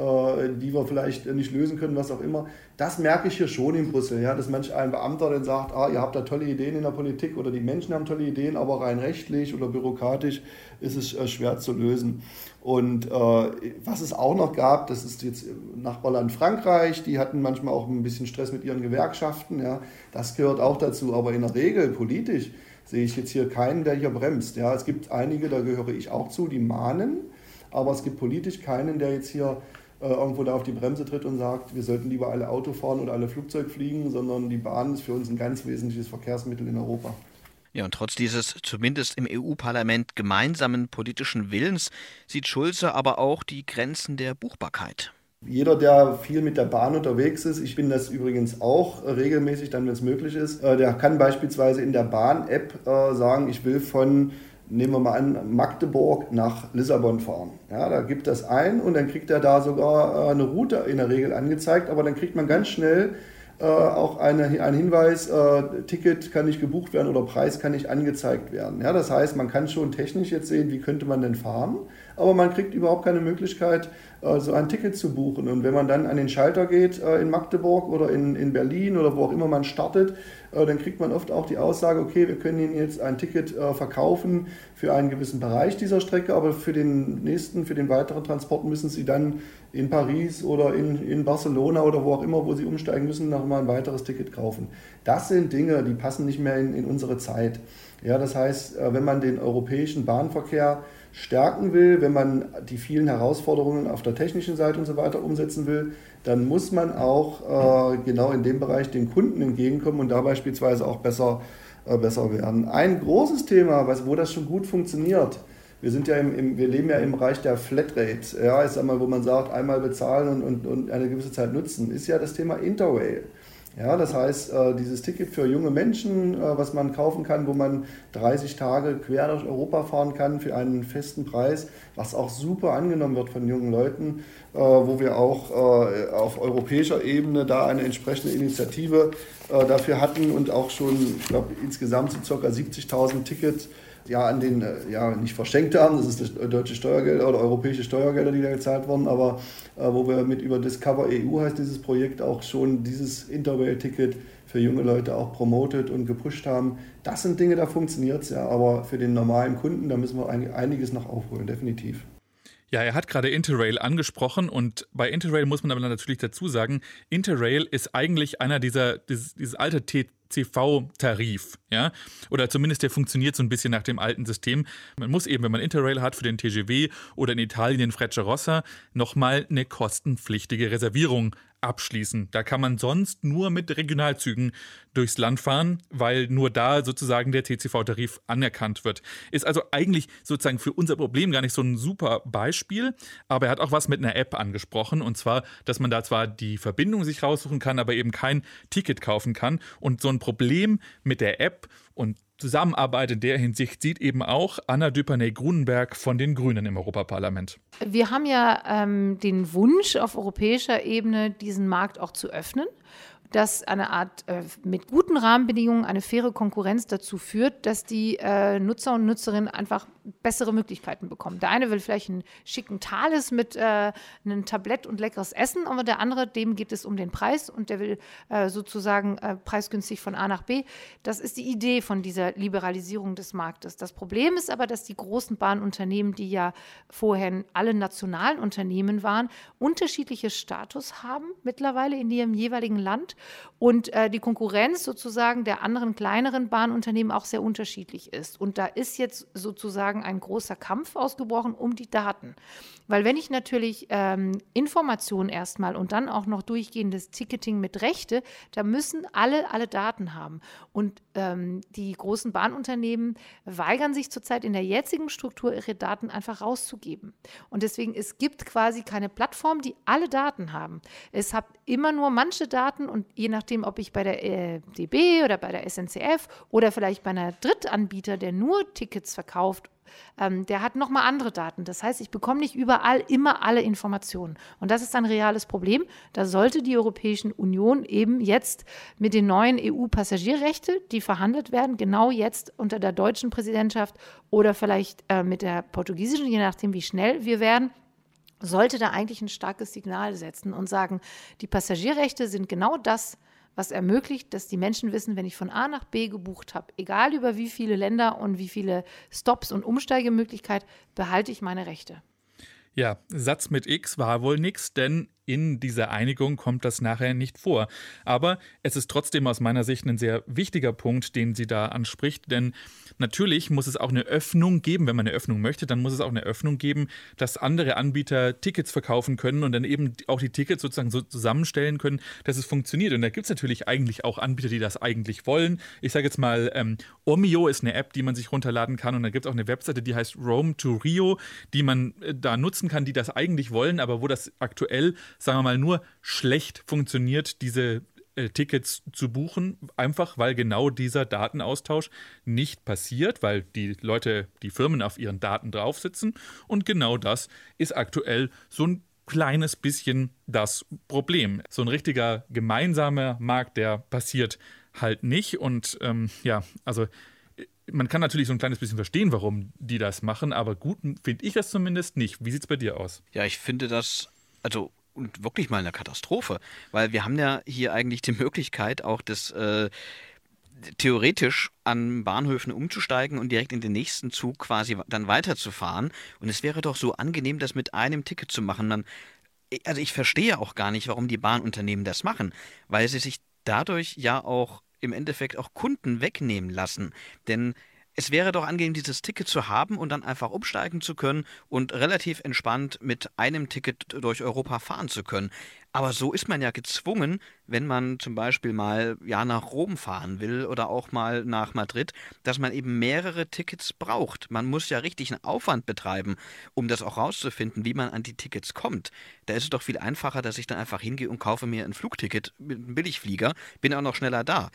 die wir vielleicht nicht lösen können, was auch immer. Das merke ich hier schon in Brüssel, ja, dass manch ein Beamter dann sagt, ah, ihr habt da tolle Ideen in der Politik oder die Menschen haben tolle Ideen, aber rein rechtlich oder bürokratisch ist es äh, schwer zu lösen. Und äh, was es auch noch gab, das ist jetzt Nachbarland Frankreich, die hatten manchmal auch ein bisschen Stress mit ihren Gewerkschaften, ja, das gehört auch dazu, aber in der Regel politisch sehe ich jetzt hier keinen, der hier bremst. Ja, es gibt einige, da gehöre ich auch zu, die mahnen, aber es gibt politisch keinen, der jetzt hier irgendwo da auf die Bremse tritt und sagt, wir sollten lieber alle Auto fahren oder alle Flugzeug fliegen, sondern die Bahn ist für uns ein ganz wesentliches Verkehrsmittel in Europa. Ja, und trotz dieses zumindest im E U-Parlament gemeinsamen politischen Willens sieht Schulze aber auch die Grenzen der Buchbarkeit. Jeder, der viel mit der Bahn unterwegs ist, ich bin das übrigens auch regelmäßig, dann wenn es möglich ist, der kann beispielsweise in der Bahn-App sagen, ich will von nehmen wir mal an, Magdeburg nach Lissabon fahren. Ja, da gibt das ein und dann kriegt er da sogar eine Route in der Regel angezeigt, aber dann kriegt man ganz schnell äh, auch eine, einen Hinweis, äh, Ticket kann nicht gebucht werden oder Preis kann nicht angezeigt werden. Ja, das heißt, man kann schon technisch jetzt sehen, wie könnte man denn fahren, aber man kriegt überhaupt keine Möglichkeit, äh, so ein Ticket zu buchen. Und wenn man dann an den Schalter geht äh, in Magdeburg oder in, in Berlin oder wo auch immer man startet, dann kriegt man oft auch die Aussage, okay, wir können Ihnen jetzt ein Ticket äh, verkaufen für einen gewissen Bereich dieser Strecke, aber für den nächsten, für den weiteren Transport müssen Sie dann in Paris oder in, in Barcelona oder wo auch immer, wo Sie umsteigen müssen, nochmal ein weiteres Ticket kaufen. Das sind Dinge, die passen nicht mehr in, in unsere Zeit. Ja, das heißt, äh, wenn man den europäischen Bahnverkehr stärken will, wenn man die vielen Herausforderungen auf der technischen Seite und so weiter umsetzen will, dann muss man auch äh, genau in dem Bereich den Kunden entgegenkommen und da beispielsweise auch besser, äh, besser werden. Ein großes Thema, was, wo das schon gut funktioniert, wir, sind ja im, im, wir leben ja im Bereich der Flatrate, ja, ich sag mal, wo man sagt, einmal bezahlen und, und, und eine gewisse Zeit nutzen, ist ja das Thema Interrail. Ja, das heißt, äh, dieses Ticket für junge Menschen, äh, was man kaufen kann, wo man dreißig Tage quer durch Europa fahren kann für einen festen Preis, was auch super angenommen wird von jungen Leuten, äh, wo wir auch äh, auf europäischer Ebene da eine entsprechende Initiative äh, dafür hatten und auch schon, ich glaube, insgesamt so ca. siebzigtausend Tickets ja, an den, ja, nicht verschenkt haben, das ist das deutsche Steuergelder oder europäische Steuergelder, die da gezahlt wurden, aber äh, wo wir mit über Discover E U heißt dieses Projekt auch schon dieses Interrail-Ticket für junge Leute auch promotet und gepusht haben. Das sind Dinge, da funktioniert es ja, aber für den normalen Kunden, da müssen wir einiges noch aufholen, definitiv. Ja, er hat gerade Interrail angesprochen und bei Interrail muss man aber natürlich dazu sagen, Interrail ist eigentlich einer dieser, dieses, dieses alte T C V-Tarif, ja, oder zumindest der funktioniert so ein bisschen nach dem alten System. Man muss eben, wenn man Interrail hat für den T G V oder in Italien den Frecciarossa, nochmal eine kostenpflichtige Reservierung abschließen. Da kann man sonst nur mit Regionalzügen durchs Land fahren, weil nur da sozusagen der T C V-Tarif anerkannt wird. Ist also eigentlich sozusagen für unser Problem gar nicht so ein super Beispiel, aber er hat auch was mit einer App angesprochen und zwar, dass man da zwar die Verbindung sich raussuchen kann, aber eben kein Ticket kaufen kann und so ein Problem mit der App und Zusammenarbeit in der Hinsicht sieht eben auch Anna Düpernay-Grunenberg von den Grünen im Europaparlament. Wir haben ja ähm, den Wunsch auf europäischer Ebene, diesen Markt auch zu öffnen, dass eine Art äh, mit guten Rahmenbedingungen eine faire Konkurrenz dazu führt, dass die äh, Nutzer und Nutzerinnen einfach bessere Möglichkeiten bekommen. Der eine will vielleicht einen schicken Thales mit äh, einem Tablett und leckeres Essen, aber der andere, dem geht es um den Preis und der will äh, sozusagen äh, preisgünstig von A nach B. Das ist die Idee von dieser Liberalisierung des Marktes. Das Problem ist aber, dass die großen Bahnunternehmen, die ja vorher alle nationalen Unternehmen waren, unterschiedliche Status haben mittlerweile in ihrem jeweiligen Land und äh, die Konkurrenz sozusagen der anderen kleineren Bahnunternehmen auch sehr unterschiedlich ist. Und da ist jetzt sozusagen ein großer Kampf ausgebrochen um die Daten. Weil wenn ich natürlich ähm, Informationen erstmal und dann auch noch durchgehendes Ticketing mit Rechte, da müssen alle alle Daten haben. Und ähm, die großen Bahnunternehmen weigern sich zurzeit in der jetzigen Struktur, ihre Daten einfach rauszugeben. Und deswegen, es gibt quasi keine Plattform, die alle Daten haben. Es hat immer nur manche Daten und je nachdem, ob ich bei der äh, D B oder bei der S N C F oder vielleicht bei einer Drittanbieter, der nur Tickets verkauft, Ähm, der hat nochmal andere Daten. Das heißt, ich bekomme nicht überall immer alle Informationen. Und das ist ein reales Problem. Da sollte die Europäische Union eben jetzt mit den neuen E U-Passagierrechte, die verhandelt werden, genau jetzt unter der deutschen Präsidentschaft oder vielleicht äh, mit der portugiesischen, je nachdem, wie schnell wir werden, sollte da eigentlich ein starkes Signal setzen und sagen, die Passagierrechte sind genau das, was ermöglicht, dass die Menschen wissen, wenn ich von A nach B gebucht habe, egal über wie viele Länder und wie viele Stops und Umsteigemöglichkeit, behalte ich meine Rechte. Ja, Satz mit X war wohl nix, denn in dieser Einigung kommt das nachher nicht vor. Aber es ist trotzdem aus meiner Sicht ein sehr wichtiger Punkt, den sie da anspricht, denn natürlich muss es auch eine Öffnung geben, wenn man eine Öffnung möchte, dann muss es auch eine Öffnung geben, dass andere Anbieter Tickets verkaufen können und dann eben auch die Tickets sozusagen so zusammenstellen können, dass es funktioniert. Und da gibt es natürlich eigentlich auch Anbieter, die das eigentlich wollen. Ich sage jetzt mal, ähm, Omio ist eine App, die man sich runterladen kann und da gibt es auch eine Webseite, die heißt Rome to Rio, die man äh, da nutzen kann, die das eigentlich wollen, aber wo das aktuell, sagen wir mal, nur schlecht funktioniert, diese äh, Tickets zu buchen, einfach weil genau dieser Datenaustausch nicht passiert, weil die Leute, die Firmen auf ihren Daten drauf sitzen und genau das ist aktuell so ein kleines bisschen das Problem. So ein richtiger gemeinsamer Markt, der passiert halt nicht und ähm, ja, also man kann natürlich so ein kleines bisschen verstehen, warum die das machen, aber gut finde ich das zumindest nicht. Wie sieht es bei dir aus? Ja, ich finde das, also und wirklich mal eine Katastrophe, weil wir haben ja hier eigentlich die Möglichkeit, auch das äh, theoretisch an Bahnhöfen umzusteigen und direkt in den nächsten Zug quasi dann weiterzufahren. Und es wäre doch so angenehm, das mit einem Ticket zu machen. Man, also ich verstehe auch gar nicht, warum die Bahnunternehmen das machen, weil sie sich dadurch ja auch im Endeffekt auch Kunden wegnehmen lassen. Denn es wäre doch angenehm, dieses Ticket zu haben und dann einfach umsteigen zu können und relativ entspannt mit einem Ticket durch Europa fahren zu können. Aber so ist man ja gezwungen, wenn man zum Beispiel mal ja nach Rom fahren will oder auch mal nach Madrid, dass man eben mehrere Tickets braucht. Man muss ja richtig einen Aufwand betreiben, um das auch rauszufinden, wie man an die Tickets kommt. Da ist es doch viel einfacher, dass ich dann einfach hingehe und kaufe mir ein Flugticket mit einem Billigflieger, bin auch noch schneller da.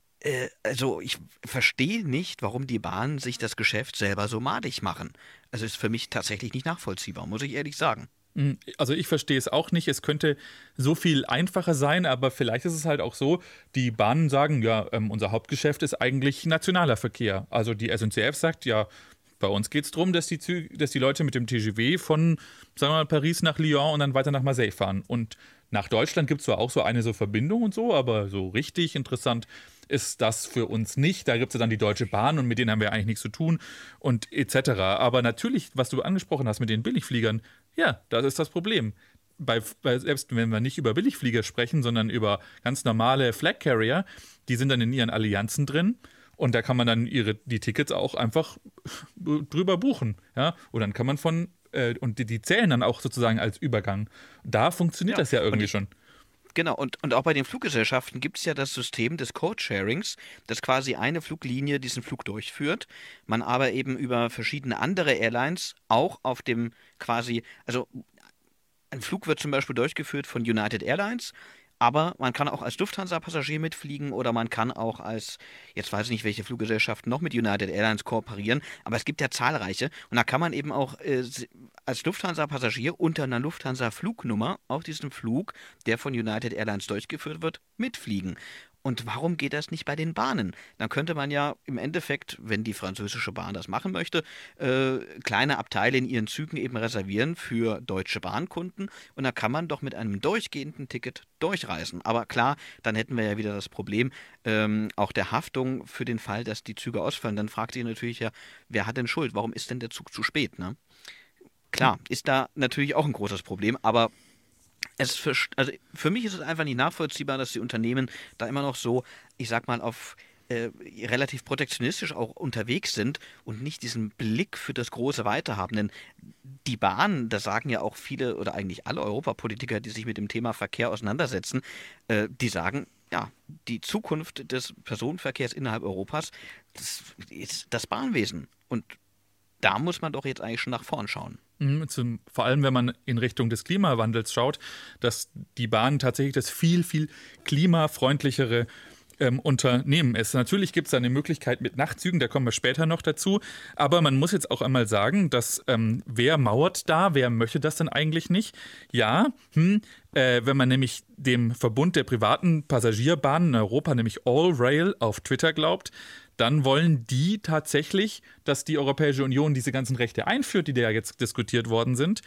Also ich verstehe nicht, warum die Bahnen sich das Geschäft selber so madig machen. Also ist für mich tatsächlich nicht nachvollziehbar, muss ich ehrlich sagen. Also ich verstehe es auch nicht. Es könnte so viel einfacher sein, aber vielleicht ist es halt auch so, die Bahnen sagen, ja, ähm, unser Hauptgeschäft ist eigentlich nationaler Verkehr. Also die S N C F sagt, ja, bei uns geht es darum, dass die, Züge, dass die Leute mit dem T G V von, sagen wir mal, Paris nach Lyon und dann weiter nach Marseille fahren. Und nach Deutschland gibt es zwar auch so eine so Verbindung und so, aber so richtig interessant ist das für uns nicht. Da gibt es ja dann die Deutsche Bahn und mit denen haben wir eigentlich nichts zu tun und et cetera. Aber natürlich, was du angesprochen hast mit den Billigfliegern, ja, das ist das Problem. Bei, bei, selbst wenn wir nicht über Billigflieger sprechen, sondern über ganz normale Flag Carrier, die sind dann in ihren Allianzen drin. Und da kann man dann ihre, die Tickets auch einfach drüber buchen. Ja? Und dann kann man von, äh, und die, die zählen dann auch sozusagen als Übergang. Da funktioniert ja, das ja irgendwie und, schon. Genau, und, und auch bei den Fluggesellschaften gibt es ja das System des Code-Sharings, dass quasi eine Fluglinie diesen Flug durchführt, man aber eben über verschiedene andere Airlines auch auf dem quasi, also ein Flug wird zum Beispiel durchgeführt von United Airlines, Aber man kann auch als Lufthansa-Passagier mitfliegen oder man kann auch als, jetzt weiß ich nicht, welche Fluggesellschaften noch mit United Airlines kooperieren, aber es gibt ja zahlreiche. Und da kann man eben auch äh, als Lufthansa-Passagier unter einer Lufthansa-Flugnummer auf diesem Flug, der von United Airlines durchgeführt wird, mitfliegen. Und warum geht das nicht bei den Bahnen? Dann könnte man ja im Endeffekt, wenn die französische Bahn das machen möchte, äh, kleine Abteile in ihren Zügen eben reservieren für Deutsche Bahnkunden. Und da kann man doch mit einem durchgehenden Ticket durchreisen. Aber klar, dann hätten wir ja wieder das Problem ähm, auch der Haftung für den Fall, dass die Züge ausfallen. Dann fragt sich natürlich ja, wer hat denn Schuld? Warum ist denn der Zug zu spät? Ne? Klar, ist da natürlich auch ein großes Problem, aber Es für, also für mich ist es einfach nicht nachvollziehbar, dass die Unternehmen da immer noch so, ich sag mal, auf äh, relativ protektionistisch auch unterwegs sind und nicht diesen Blick für das große Weite haben. Denn die Bahn, das sagen ja auch viele oder eigentlich alle Europapolitiker, die sich mit dem Thema Verkehr auseinandersetzen, äh, die sagen, ja, die Zukunft des Personenverkehrs innerhalb Europas, das ist das Bahnwesen. Und da muss man doch jetzt eigentlich schon nach vorn schauen. Zum, vor allem, wenn man in Richtung des Klimawandels schaut, dass die Bahn tatsächlich das viel, viel klimafreundlichere ähm, Unternehmen ist. Natürlich gibt es eine Möglichkeit mit Nachtzügen, da kommen wir später noch dazu. Aber man muss jetzt auch einmal sagen, dass ähm, wer mauert da, wer möchte das denn eigentlich nicht? Ja, hm, äh, wenn man nämlich dem Verbund der privaten Passagierbahnen in Europa, nämlich Allrail, auf Twitter glaubt, dann wollen die tatsächlich, dass die Europäische Union diese ganzen Rechte einführt, die da jetzt diskutiert worden sind.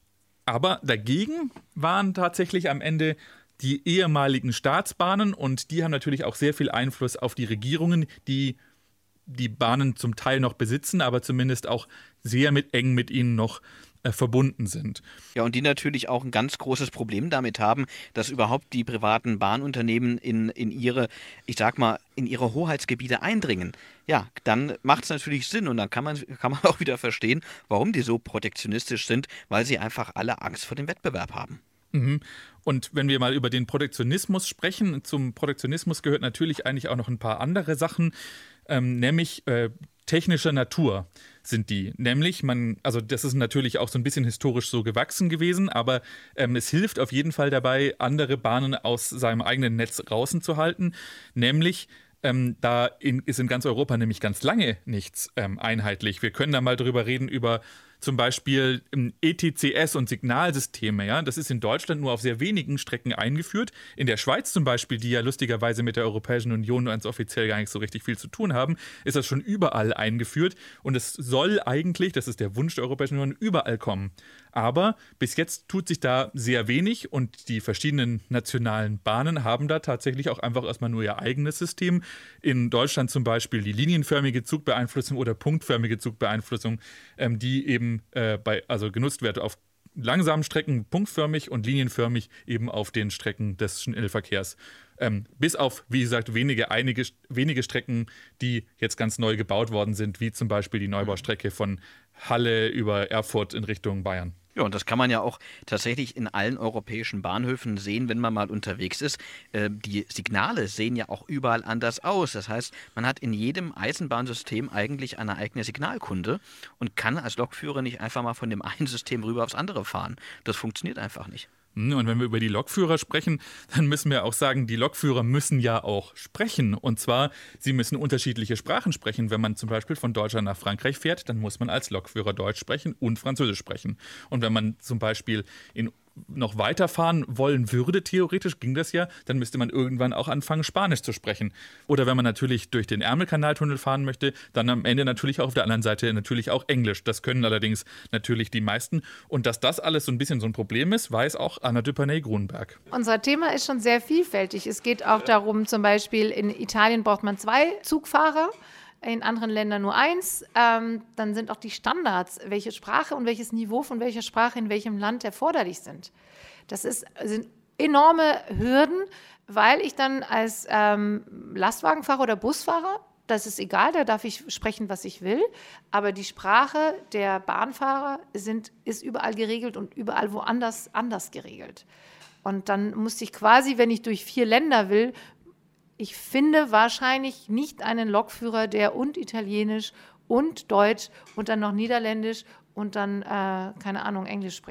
Aber dagegen waren tatsächlich am Ende die ehemaligen Staatsbahnen und die haben natürlich auch sehr viel Einfluss auf die Regierungen, die die Bahnen zum Teil noch besitzen, aber zumindest auch sehr mit, eng mit ihnen noch äh, verbunden sind. Ja, und die natürlich auch ein ganz großes Problem damit haben, dass überhaupt die privaten Bahnunternehmen in, in ihre, ich sag mal, in ihre Hoheitsgebiete eindringen. Ja, dann macht es natürlich Sinn und dann kann man, kann man auch wieder verstehen, warum die so protektionistisch sind, weil sie einfach alle Angst vor dem Wettbewerb haben. Mhm. Und wenn wir mal über den Protektionismus sprechen, zum Protektionismus gehört natürlich eigentlich auch noch ein paar andere Sachen, ähm, nämlich äh, technischer Natur sind die. Nämlich, man, also das ist natürlich auch so ein bisschen historisch so gewachsen gewesen, aber ähm, es hilft auf jeden Fall dabei, andere Bahnen aus seinem eigenen Netz draußen zu halten. Nämlich, ähm, da in, ist in ganz Europa nämlich ganz lange nichts ähm, einheitlich. Wir können da mal drüber reden, über zum Beispiel E T C S und Signalsysteme. Ja? Das ist in Deutschland nur auf sehr wenigen Strecken eingeführt. In der Schweiz zum Beispiel, die ja lustigerweise mit der Europäischen Union ganz offiziell gar nicht so richtig viel zu tun haben, ist das schon überall eingeführt. Und es soll eigentlich, das ist der Wunsch der Europäischen Union, überall kommen. Aber bis jetzt tut sich da sehr wenig und die verschiedenen nationalen Bahnen haben da tatsächlich auch einfach erstmal nur ihr eigenes System. In Deutschland zum Beispiel die linienförmige Zugbeeinflussung oder punktförmige Zugbeeinflussung, ähm, die eben Äh, bei, also genutzt wird auf langsamen Strecken punktförmig und linienförmig eben auf den Strecken des Schnellverkehrs. Ähm, bis auf, wie gesagt, wenige, einige, wenige Strecken, die jetzt ganz neu gebaut worden sind, wie zum Beispiel die Neubaustrecke von Halle über Erfurt in Richtung Bayern. Ja, und das kann man ja auch tatsächlich in allen europäischen Bahnhöfen sehen, wenn man mal unterwegs ist. Äh, die Signale sehen ja auch überall anders aus. Das heißt, man hat in jedem Eisenbahnsystem eigentlich eine eigene Signalkunde und kann als Lokführer nicht einfach mal von dem einen System rüber aufs andere fahren. Das funktioniert einfach nicht. Und wenn wir über die Lokführer sprechen, dann müssen wir auch sagen, die Lokführer müssen ja auch sprechen. Und zwar, sie müssen unterschiedliche Sprachen sprechen. Wenn man zum Beispiel von Deutschland nach Frankreich fährt, dann muss man als Lokführer Deutsch sprechen und Französisch sprechen. Und wenn man zum Beispiel in noch weiterfahren wollen würde, theoretisch ging das ja, dann müsste man irgendwann auch anfangen, Spanisch zu sprechen. Oder wenn man natürlich durch den Ärmelkanaltunnel fahren möchte, dann am Ende natürlich auch auf der anderen Seite natürlich auch Englisch. Das können allerdings natürlich die meisten. Und dass das alles so ein bisschen so ein Problem ist, weiß auch Anna Dupernay-Grunberg. Unser Thema ist schon sehr vielfältig. Es geht auch darum, zum Beispiel in Italien braucht man zwei Zugfahrer, in anderen Ländern nur eins. Ähm, dann sind auch die Standards, welche Sprache und welches Niveau von welcher Sprache in welchem Land erforderlich sind. Das ist, sind enorme Hürden, weil ich dann als ähm, Lastwagenfahrer oder Busfahrer, das ist egal, da darf ich sprechen, was ich will, aber die Sprache der Bahnfahrer sind, ist überall geregelt und überall woanders anders geregelt. Und dann musste ich quasi, wenn ich durch vier Länder will, ich finde wahrscheinlich nicht einen Lokführer, der und Italienisch und Deutsch und dann noch Niederländisch und dann, äh, keine Ahnung, Englisch spricht.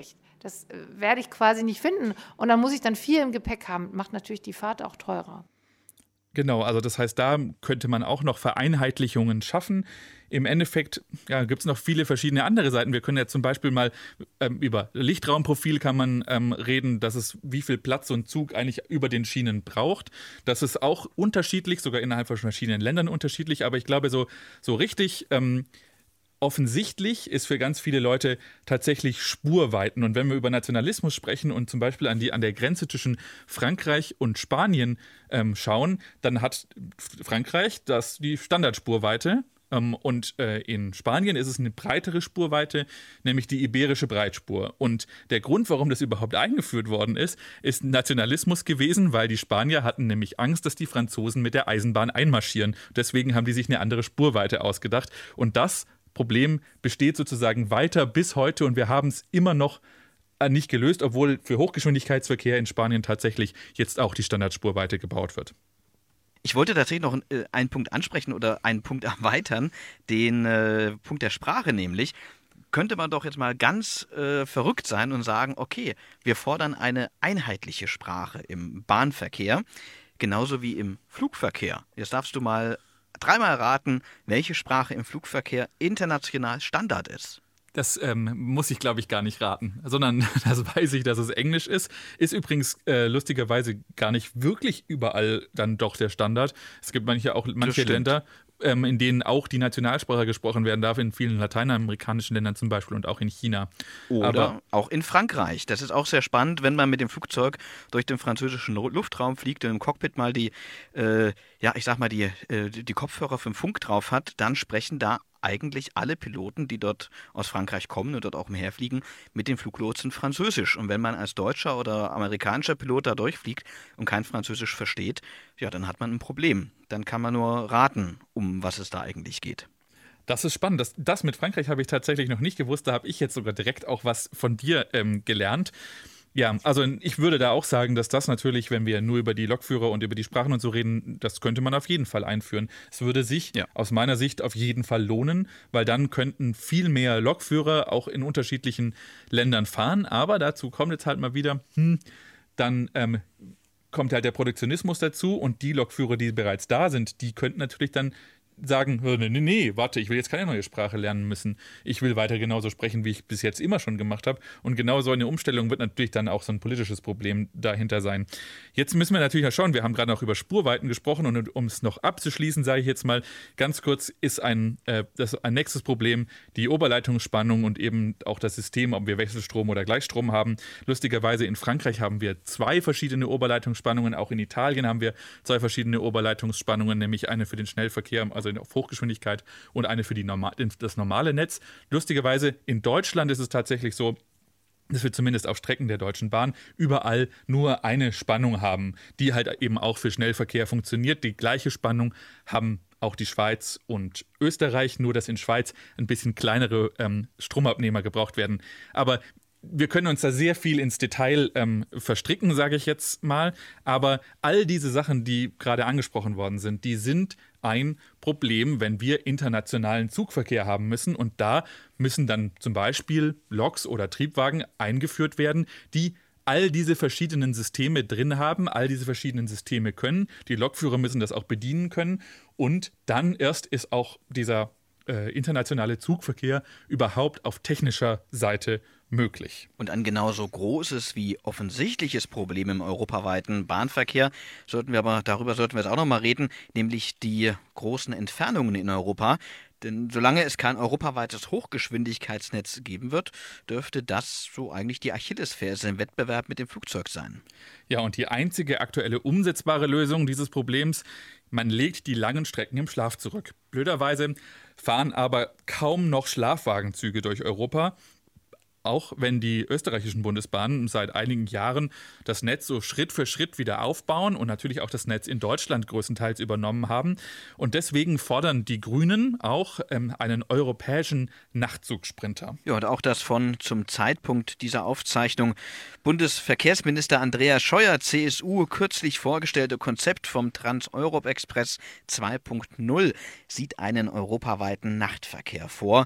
Das äh, werde ich quasi nicht finden. Und dann muss ich dann viel im Gepäck haben. Macht natürlich die Fahrt auch teurer. Genau, also das heißt, da könnte man auch noch Vereinheitlichungen schaffen. Im Endeffekt ja, gibt es noch viele verschiedene andere Seiten. Wir können ja zum Beispiel mal ähm, über Lichtraumprofil kann man ähm, reden, dass es, wie viel Platz so ein Zug eigentlich über den Schienen braucht. Das ist auch unterschiedlich, sogar innerhalb von verschiedenen Ländern unterschiedlich. Aber ich glaube, so, so richtig ähm, offensichtlich ist für ganz viele Leute tatsächlich Spurweiten. Und wenn wir über Nationalismus sprechen und zum Beispiel an, die, an der Grenze zwischen Frankreich und Spanien ähm, schauen, dann hat Frankreich das, die Standardspurweite. Ähm, und äh, in Spanien ist es eine breitere Spurweite, nämlich die iberische Breitspur. Und der Grund, warum das überhaupt eingeführt worden ist, ist Nationalismus gewesen, weil die Spanier hatten nämlich Angst, dass die Franzosen mit der Eisenbahn einmarschieren. Deswegen haben die sich eine andere Spurweite ausgedacht. Und das Problem besteht sozusagen weiter bis heute und wir haben es immer noch nicht gelöst, obwohl für Hochgeschwindigkeitsverkehr in Spanien tatsächlich jetzt auch die Standardspurweite gebaut wird. Ich wollte tatsächlich noch einen Punkt ansprechen oder einen Punkt erweitern, den äh, Punkt der Sprache nämlich. Könnte man doch jetzt mal ganz äh, verrückt sein und sagen, okay, wir fordern eine einheitliche Sprache im Bahnverkehr, genauso wie im Flugverkehr. Jetzt darfst du mal dreimal raten, welche Sprache im Flugverkehr international Standard ist. Das ähm, muss ich, glaube ich, gar nicht raten, sondern das weiß ich, dass es Englisch ist. Ist übrigens äh, lustigerweise gar nicht wirklich überall dann doch der Standard. Es gibt manche auch manche Länder, ähm, in denen auch die Nationalsprache gesprochen werden darf, in vielen lateinamerikanischen Ländern zum Beispiel und auch in China. Oder Aber auch in Frankreich. Das ist auch sehr spannend, wenn man mit dem Flugzeug durch den französischen Luftraum fliegt und im Cockpit mal die, äh, ja, ich sag mal, die, äh, die Kopfhörer für den Funk drauf hat, dann sprechen da eigentlich alle Piloten, die dort aus Frankreich kommen und dort auch umherfliegen, mit den Fluglotsen Französisch. Und wenn man als deutscher oder amerikanischer Pilot da durchfliegt und kein Französisch versteht, ja, dann hat man ein Problem. Dann kann man nur raten, um was es da eigentlich geht. Das ist spannend. Das, das mit Frankreich habe ich tatsächlich noch nicht gewusst. Da habe ich jetzt sogar direkt auch was von dir ähm, gelernt. Ja, also ich würde da auch sagen, dass das natürlich, wenn wir nur über die Lokführer und über die Sprachen und so reden, das könnte man auf jeden Fall einführen. Es würde sich ja. aus meiner Sicht auf jeden Fall lohnen, weil dann könnten viel mehr Lokführer auch in unterschiedlichen Ländern fahren. Aber dazu kommt jetzt halt mal wieder, hm, dann ähm, kommt halt der Protektionismus dazu und die Lokführer, die bereits da sind, die könnten natürlich dann sagen, nee, nee, nee, warte, ich will jetzt keine neue Sprache lernen müssen. Ich will weiter genauso sprechen, wie ich bis jetzt immer schon gemacht habe. Und genau so eine Umstellung wird natürlich dann auch so ein politisches Problem dahinter sein. Jetzt müssen wir natürlich schauen, wir haben gerade auch über Spurweiten gesprochen und um es noch abzuschließen, sage ich jetzt mal ganz kurz, ist ein, äh, das ein nächstes Problem die Oberleitungsspannung und eben auch das System, ob wir Wechselstrom oder Gleichstrom haben. Lustigerweise in Frankreich haben wir zwei verschiedene Oberleitungsspannungen, auch in Italien haben wir zwei verschiedene Oberleitungsspannungen, nämlich eine für den Schnellverkehr, also auf Hochgeschwindigkeit und eine für die normal, das normale Netz. Lustigerweise in Deutschland ist es tatsächlich so, dass wir zumindest auf Strecken der Deutschen Bahn überall nur eine Spannung haben, die halt eben auch für Schnellverkehr funktioniert. Die gleiche Spannung haben auch die Schweiz und Österreich, nur dass in Schweiz ein bisschen kleinere ähm, Stromabnehmer gebraucht werden. Aber wir können uns da sehr viel ins Detail ähm, verstricken, sage ich jetzt mal. Aber all diese Sachen, die gerade angesprochen worden sind, die sind ein Problem, wenn wir internationalen Zugverkehr haben müssen. Und da müssen dann zum Beispiel Loks oder Triebwagen eingeführt werden, die all diese verschiedenen Systeme drin haben, all diese verschiedenen Systeme können. Die Lokführer müssen das auch bedienen können. Und dann erst ist auch dieser äh, internationale Zugverkehr überhaupt auf technischer Seite möglich. Und ein genauso großes wie offensichtliches Problem im europaweiten Bahnverkehr sollten wir aber, darüber sollten wir jetzt auch noch mal reden, nämlich die großen Entfernungen in Europa. Denn solange es kein europaweites Hochgeschwindigkeitsnetz geben wird, dürfte das so eigentlich die Achillesferse im Wettbewerb mit dem Flugzeug sein. Ja, und die einzige aktuelle umsetzbare Lösung dieses Problems, man legt die langen Strecken im Schlaf zurück. Blöderweise fahren aber kaum noch Schlafwagenzüge durch Europa. Auch wenn die österreichischen Bundesbahnen seit einigen Jahren das Netz so Schritt für Schritt wieder aufbauen und natürlich auch das Netz in Deutschland größtenteils übernommen haben. Und deswegen fordern die Grünen auch ähm, einen europäischen Nachtzugsprinter. Ja, und auch das von zum Zeitpunkt dieser Aufzeichnung Bundesverkehrsminister Andreas Scheuer, C S U, kürzlich vorgestellte Konzept vom Trans-Europe-Express zwei Punkt null sieht einen europaweiten Nachtverkehr vor.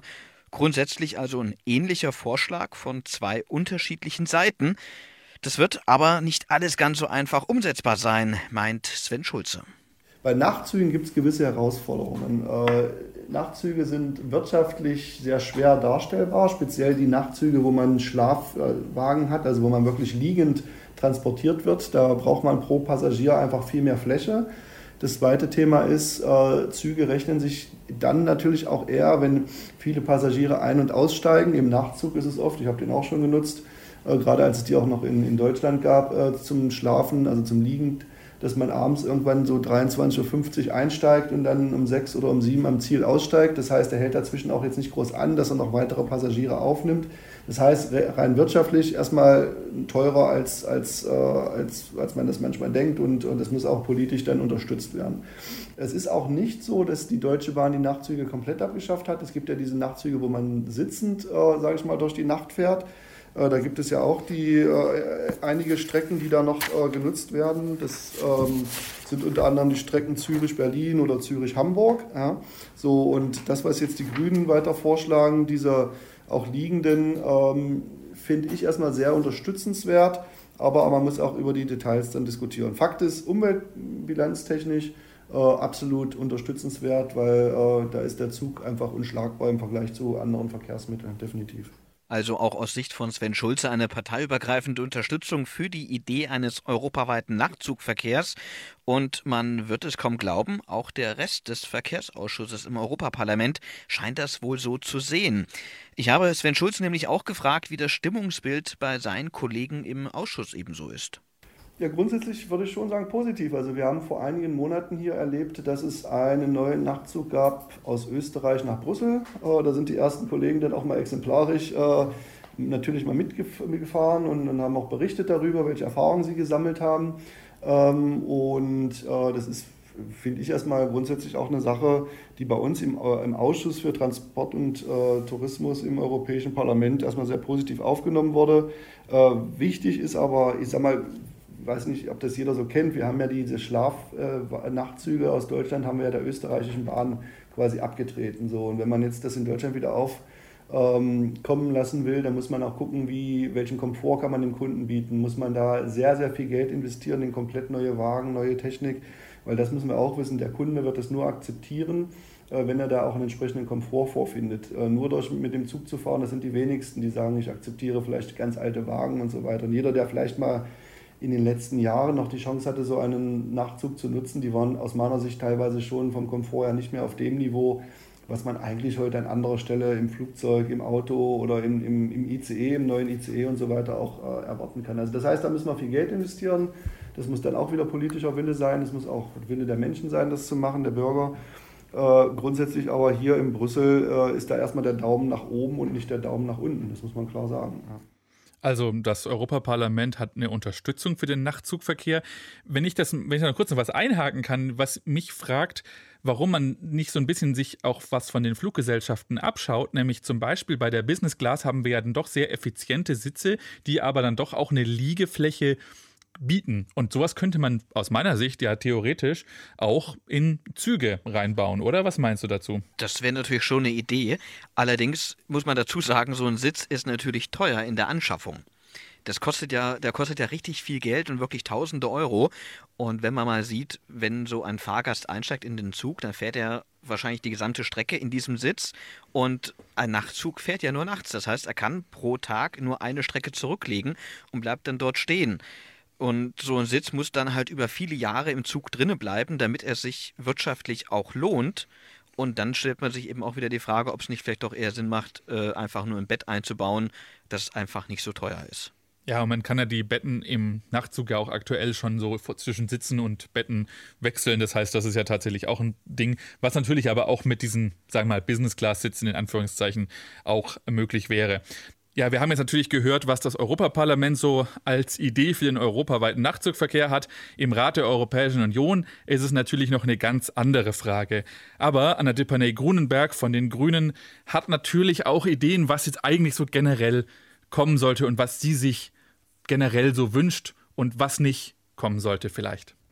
Grundsätzlich also ein ähnlicher Vorschlag von zwei unterschiedlichen Seiten. Das wird aber nicht alles ganz so einfach umsetzbar sein, meint Sven Schulze. Bei Nachtzügen gibt es gewisse Herausforderungen. Äh, Nachtzüge sind wirtschaftlich sehr schwer darstellbar, speziell die Nachtzüge, wo man Schlafwagen hat, also wo man wirklich liegend transportiert wird. Da braucht man pro Passagier einfach viel mehr Fläche. Das zweite Thema ist, äh, Züge rechnen sich dann natürlich auch eher, wenn viele Passagiere ein- und aussteigen. Im Nachtzug ist es oft, ich habe den auch schon genutzt, äh, gerade als es die auch noch in, in Deutschland gab, äh, zum Schlafen, also zum Liegen, dass man abends irgendwann so dreiundzwanzig Uhr fünfzig einsteigt und dann um sechs oder um sieben am Ziel aussteigt. Das heißt, er hält dazwischen auch jetzt nicht groß an, dass er noch weitere Passagiere aufnimmt. Das heißt, rein wirtschaftlich erstmal teurer, als, als, äh, als, als man das manchmal denkt, und, und das muss auch politisch dann unterstützt werden. Es ist auch nicht so, dass die Deutsche Bahn die Nachtzüge komplett abgeschafft hat. Es gibt ja diese Nachtzüge, wo man sitzend, äh, sage ich mal, durch die Nacht fährt. Da gibt es ja auch die, äh, einige Strecken, die da noch äh, genutzt werden. Das ähm, sind unter anderem die Strecken Zürich-Berlin oder Zürich-Hamburg. Ja. So, und das, was jetzt die Grünen weiter vorschlagen, diese auch liegenden, ähm, finde ich erstmal sehr unterstützenswert. Aber man muss auch über die Details dann diskutieren. Fakt ist, umweltbilanztechnisch äh, absolut unterstützenswert, weil äh, da ist der Zug einfach unschlagbar im Vergleich zu anderen Verkehrsmitteln, definitiv. Also auch aus Sicht von Sven Schulze eine parteiübergreifende Unterstützung für die Idee eines europaweiten Nachtzugverkehrs. Und man wird es kaum glauben, auch der Rest des Verkehrsausschusses im Europaparlament scheint das wohl so zu sehen. Ich habe Sven Schulze nämlich auch gefragt, wie das Stimmungsbild bei seinen Kollegen im Ausschuss ebenso ist. Ja, grundsätzlich würde ich schon sagen positiv. Also wir haben vor einigen Monaten hier erlebt, dass es einen neuen Nachtzug gab aus Österreich nach Brüssel. Äh, da sind die ersten Kollegen dann auch mal exemplarisch äh, natürlich mal mitgef- mitgefahren und, und haben auch berichtet darüber, welche Erfahrungen sie gesammelt haben. Ähm, und äh, das ist, finde ich, erstmal grundsätzlich auch eine Sache, die bei uns im, äh, im Ausschuss für Transport und äh, Tourismus im Europäischen Parlament erstmal sehr positiv aufgenommen wurde. Äh, wichtig ist aber, ich sag mal, ich weiß nicht, ob das jeder so kennt, wir haben ja diese Schlaf-Nachtzüge äh, aus Deutschland, haben wir ja der österreichischen Bahn quasi abgetreten. So. Und wenn man jetzt das in Deutschland wieder aufkommen ähm, lassen will, dann muss man auch gucken, wie, welchen Komfort kann man dem Kunden bieten. Muss man da sehr, sehr viel Geld investieren in komplett neue Wagen, neue Technik, weil das müssen wir auch wissen, der Kunde wird das nur akzeptieren, äh, wenn er da auch einen entsprechenden Komfort vorfindet. Äh, nur durch mit dem Zug zu fahren, das sind die wenigsten, die sagen, ich akzeptiere vielleicht ganz alte Wagen und so weiter. Und jeder, der vielleicht mal in den letzten Jahren noch die Chance hatte, so einen Nachtzug zu nutzen, die waren aus meiner Sicht teilweise schon vom Komfort her nicht mehr auf dem Niveau, was man eigentlich heute an anderer Stelle im Flugzeug, im Auto oder im, im, im I C E, im neuen I C E und so weiter auch äh, erwarten kann. Also das heißt, da müssen wir viel Geld investieren. Das muss dann auch wieder politischer Wille sein. Es muss auch Wille der Menschen sein, das zu machen, der Bürger. Äh, grundsätzlich aber hier in Brüssel äh, ist da erstmal der Daumen nach oben und nicht der Daumen nach unten. Das muss man klar sagen. Ja. Also das Europaparlament hat eine Unterstützung für den Nachtzugverkehr. Wenn ich das, wenn ich da noch kurz noch was einhaken kann, was mich fragt, warum man nicht so ein bisschen sich auch was von den Fluggesellschaften abschaut, nämlich zum Beispiel bei der Business Class haben wir ja dann doch sehr effiziente Sitze, die aber dann doch auch eine Liegefläche bieten. Und sowas könnte man aus meiner Sicht ja theoretisch auch in Züge reinbauen, oder? Was meinst du dazu? Das wäre natürlich schon eine Idee. Allerdings muss man dazu sagen, so ein Sitz ist natürlich teuer in der Anschaffung. Das kostet ja, der kostet ja richtig viel Geld und wirklich tausende Euro. Und wenn man mal sieht, wenn so ein Fahrgast einsteigt in den Zug, dann fährt er wahrscheinlich die gesamte Strecke in diesem Sitz. Und ein Nachtzug fährt ja nur nachts. Das heißt, er kann pro Tag nur eine Strecke zurücklegen und bleibt dann dort stehen. Und so ein Sitz muss dann halt über viele Jahre im Zug drinne bleiben, damit er sich wirtschaftlich auch lohnt. Und dann stellt man sich eben auch wieder die Frage, ob es nicht vielleicht doch eher Sinn macht, äh, einfach nur ein Bett einzubauen, das einfach nicht so teuer ist. Ja, und man kann ja die Betten im Nachtzug ja auch aktuell schon so zwischen Sitzen und Betten wechseln. Das heißt, das ist ja tatsächlich auch ein Ding, was natürlich aber auch mit diesen, sagen wir mal, Business-Class-Sitzen in Anführungszeichen auch möglich wäre. Ja, wir haben jetzt natürlich gehört, was das Europaparlament so als Idee für den europaweiten Nachtzugverkehr hat. Im Rat der Europäischen Union ist es natürlich noch eine ganz andere Frage. Aber Anna Depernay-Grunenberg von den Grünen hat natürlich auch Ideen, was jetzt eigentlich so generell kommen sollte und was sie sich generell so wünscht und was nicht kommen sollte vielleicht.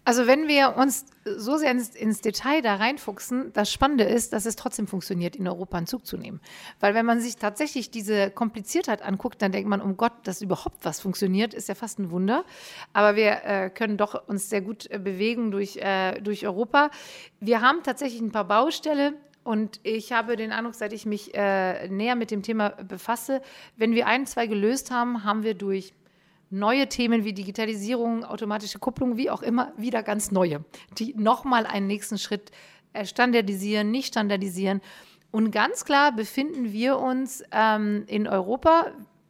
Also wenn wir uns so sehr ins, ins Detail da reinfuchsen, das Spannende ist, dass es trotzdem funktioniert, in Europa einen Zug zu nehmen. Weil wenn man sich tatsächlich diese Kompliziertheit anguckt, dann denkt man, um Gott, dass überhaupt was funktioniert, ist ja fast ein Wunder. Aber wir äh, können doch uns sehr gut äh, bewegen durch, äh, durch Europa. Wir haben tatsächlich ein paar Baustelle. Und ich habe den Eindruck, seit ich mich äh, näher mit dem Thema befasse, wenn wir ein, zwei gelöst haben, haben wir durch neue Themen wie Digitalisierung, automatische Kupplung, wie auch immer, wieder ganz neue, die nochmal einen nächsten Schritt standardisieren, nicht standardisieren. Und ganz klar befinden wir uns ähm, in Europa,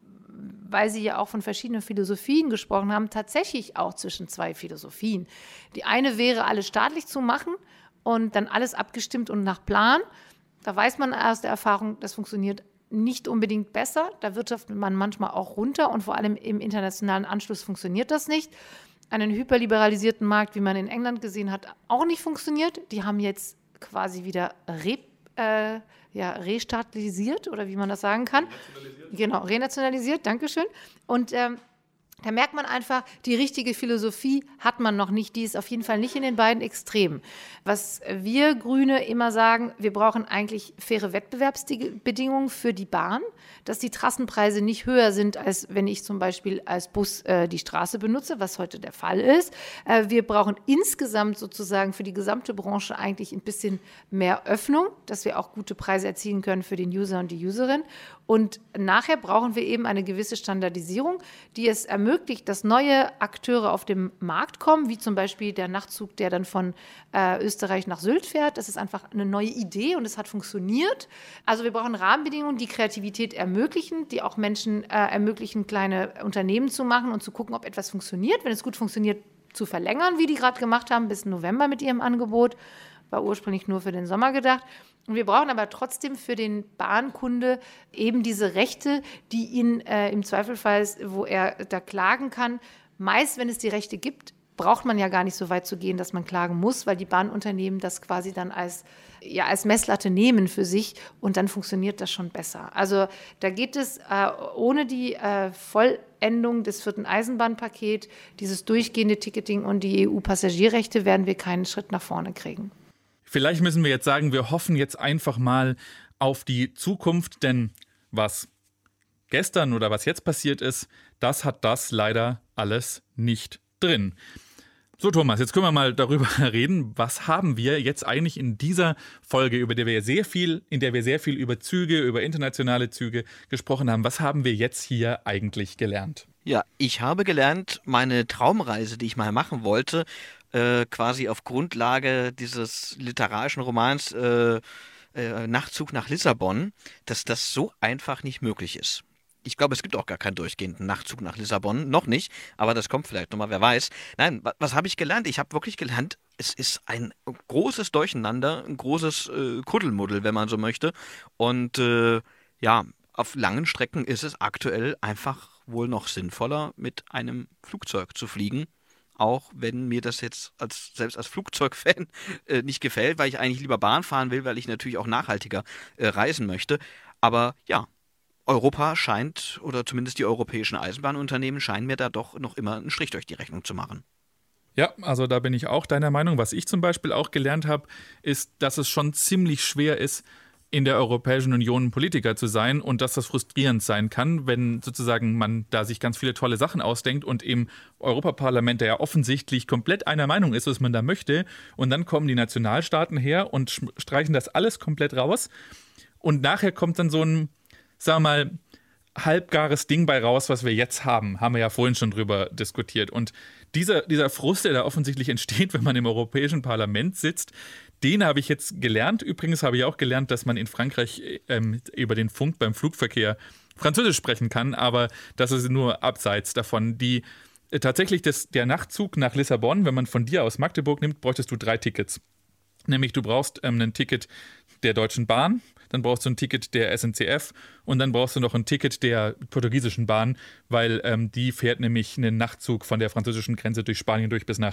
weil Sie ja auch von verschiedenen Philosophien gesprochen haben, tatsächlich auch zwischen zwei Philosophien. Die eine wäre, alles staatlich zu machen und dann alles abgestimmt und nach Plan. Da weiß man aus der Erfahrung, das funktioniert nicht unbedingt besser. Da wirtschaftet man manchmal auch runter und vor allem im internationalen Anschluss funktioniert das nicht. Einen hyperliberalisierten Markt, wie man in England gesehen hat, auch nicht funktioniert. Die haben jetzt quasi wieder re, äh, ja, restaatliert oder wie man das sagen kann. Renationalisiert. Genau, renationalisiert, Dankeschön. Und ähm, da merkt man einfach, die richtige Philosophie hat man noch nicht. Die ist auf jeden Fall nicht in den beiden Extremen. Was wir Grüne immer sagen, wir brauchen eigentlich faire Wettbewerbsbedingungen für die Bahn, dass die Trassenpreise nicht höher sind, als wenn ich zum Beispiel als Bus äh, die Straße benutze, was heute der Fall ist. Äh, wir brauchen insgesamt sozusagen für die gesamte Branche eigentlich ein bisschen mehr Öffnung, dass wir auch gute Preise erzielen können für den User und die Userin. Und nachher brauchen wir eben eine gewisse Standardisierung, die es ermöglicht, dass neue Akteure auf den Markt kommen, wie zum Beispiel der Nachtzug, der dann von äh, Österreich nach Sylt fährt. Das ist einfach eine neue Idee und es hat funktioniert. Also wir brauchen Rahmenbedingungen, die Kreativität ermöglichen, die auch Menschen äh, ermöglichen, kleine Unternehmen zu machen und zu gucken, ob etwas funktioniert. Wenn es gut funktioniert, zu verlängern, wie die gerade gemacht haben, bis November mit ihrem Angebot. War ursprünglich nur für den Sommer gedacht. Und wir brauchen aber trotzdem für den Bahnkunde eben diese Rechte, die ihn äh, im Zweifelsfall, wo er da klagen kann. Meist, wenn es die Rechte gibt, braucht man ja gar nicht so weit zu gehen, dass man klagen muss, weil die Bahnunternehmen das quasi dann als, ja, als Messlatte nehmen für sich und dann funktioniert das schon besser. Also da geht es äh, ohne die äh, Vollendung des vierten Eisenbahnpakets, dieses durchgehende Ticketing und die E U-Passagierrechte werden wir keinen Schritt nach vorne kriegen. Vielleicht müssen wir jetzt sagen, wir hoffen jetzt einfach mal auf die Zukunft, denn was gestern oder was jetzt passiert ist, das hat das leider alles nicht drin. So, Thomas, jetzt können wir mal darüber reden, was haben wir jetzt eigentlich in dieser Folge, über der wir sehr viel, in der wir sehr viel über Züge, über internationale Züge gesprochen haben, was haben wir jetzt hier eigentlich gelernt? Ja, ich habe gelernt, meine Traumreise, die ich mal machen wollte, äh, quasi auf Grundlage dieses literarischen Romans äh, äh, Nachtzug nach Lissabon, dass das so einfach nicht möglich ist. Ich glaube, es gibt auch gar keinen durchgehenden Nachtzug nach Lissabon, noch nicht, aber das kommt vielleicht nochmal, wer weiß. Nein, was, was habe ich gelernt? Ich habe wirklich gelernt, es ist ein großes Durcheinander, ein großes äh, Kuddelmuddel, wenn man so möchte. Und äh, ja, auf langen Strecken ist es aktuell einfach wohl noch sinnvoller, mit einem Flugzeug zu fliegen. Auch wenn mir das jetzt als, selbst als Flugzeugfan äh, nicht gefällt, weil ich eigentlich lieber Bahn fahren will, weil ich natürlich auch nachhaltiger äh, reisen möchte. Aber ja, Europa scheint, oder zumindest die europäischen Eisenbahnunternehmen scheinen mir da doch noch immer einen Strich durch die Rechnung zu machen. Ja, also da bin ich auch deiner Meinung. Was ich zum Beispiel auch gelernt habe, ist, dass es schon ziemlich schwer ist, in der Europäischen Union Politiker zu sein und dass das frustrierend sein kann, wenn sozusagen man da sich ganz viele tolle Sachen ausdenkt und im Europaparlament, der ja offensichtlich komplett einer Meinung ist, was man da möchte, und dann kommen die Nationalstaaten her und streichen das alles komplett raus und nachher kommt dann so ein, sagen wir mal, halbgares Ding bei raus, was wir jetzt haben. Haben wir ja vorhin schon drüber diskutiert. Und dieser, dieser Frust, der da offensichtlich entsteht, wenn man im Europäischen Parlament sitzt, den habe ich jetzt gelernt. Übrigens habe ich auch gelernt, dass man in Frankreich ähm, über den Funk beim Flugverkehr Französisch sprechen kann, aber das ist nur abseits davon. Die, äh, tatsächlich das, der Nachtzug nach Lissabon, wenn man von dir aus Magdeburg nimmt, bräuchtest du drei Tickets. Nämlich du brauchst ähm, ein Ticket der Deutschen Bahn, dann brauchst du ein Ticket der S N C F und dann brauchst du noch ein Ticket der portugiesischen Bahn, weil ähm, die fährt nämlich einen Nachtzug von der französischen Grenze durch Spanien durch bis nach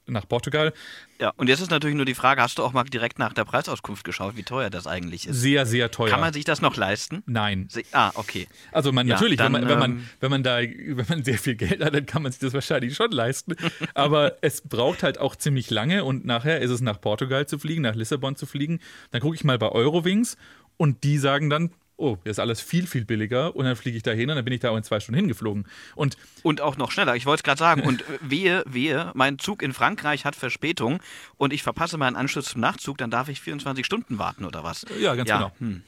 nach Portugal. Ja, und jetzt ist natürlich nur die Frage, hast du auch mal direkt nach der Preisauskunft geschaut, wie teuer das eigentlich ist? Sehr, sehr teuer. Kann man sich das noch leisten? Nein. Se- ah, okay. Also man Ja, natürlich, dann, wenn, man, wenn, man, ähm, wenn man da, wenn man sehr viel Geld hat, dann kann man sich das wahrscheinlich schon leisten. Aber es braucht halt auch ziemlich lange und nachher ist es nach Portugal zu fliegen, nach Lissabon zu fliegen. Dann gucke ich mal bei Eurowings und die sagen dann, oh, das ist alles viel, viel billiger und dann fliege ich da hin und dann bin ich da auch in zwei Stunden hingeflogen. Und, und auch noch schneller, ich wollte es gerade sagen. Und wehe, wehe, mein Zug in Frankreich hat Verspätung und ich verpasse meinen Anschluss zum Nachtzug, dann darf ich vierundzwanzig Stunden warten oder was? Ja, ganz genau. Hm.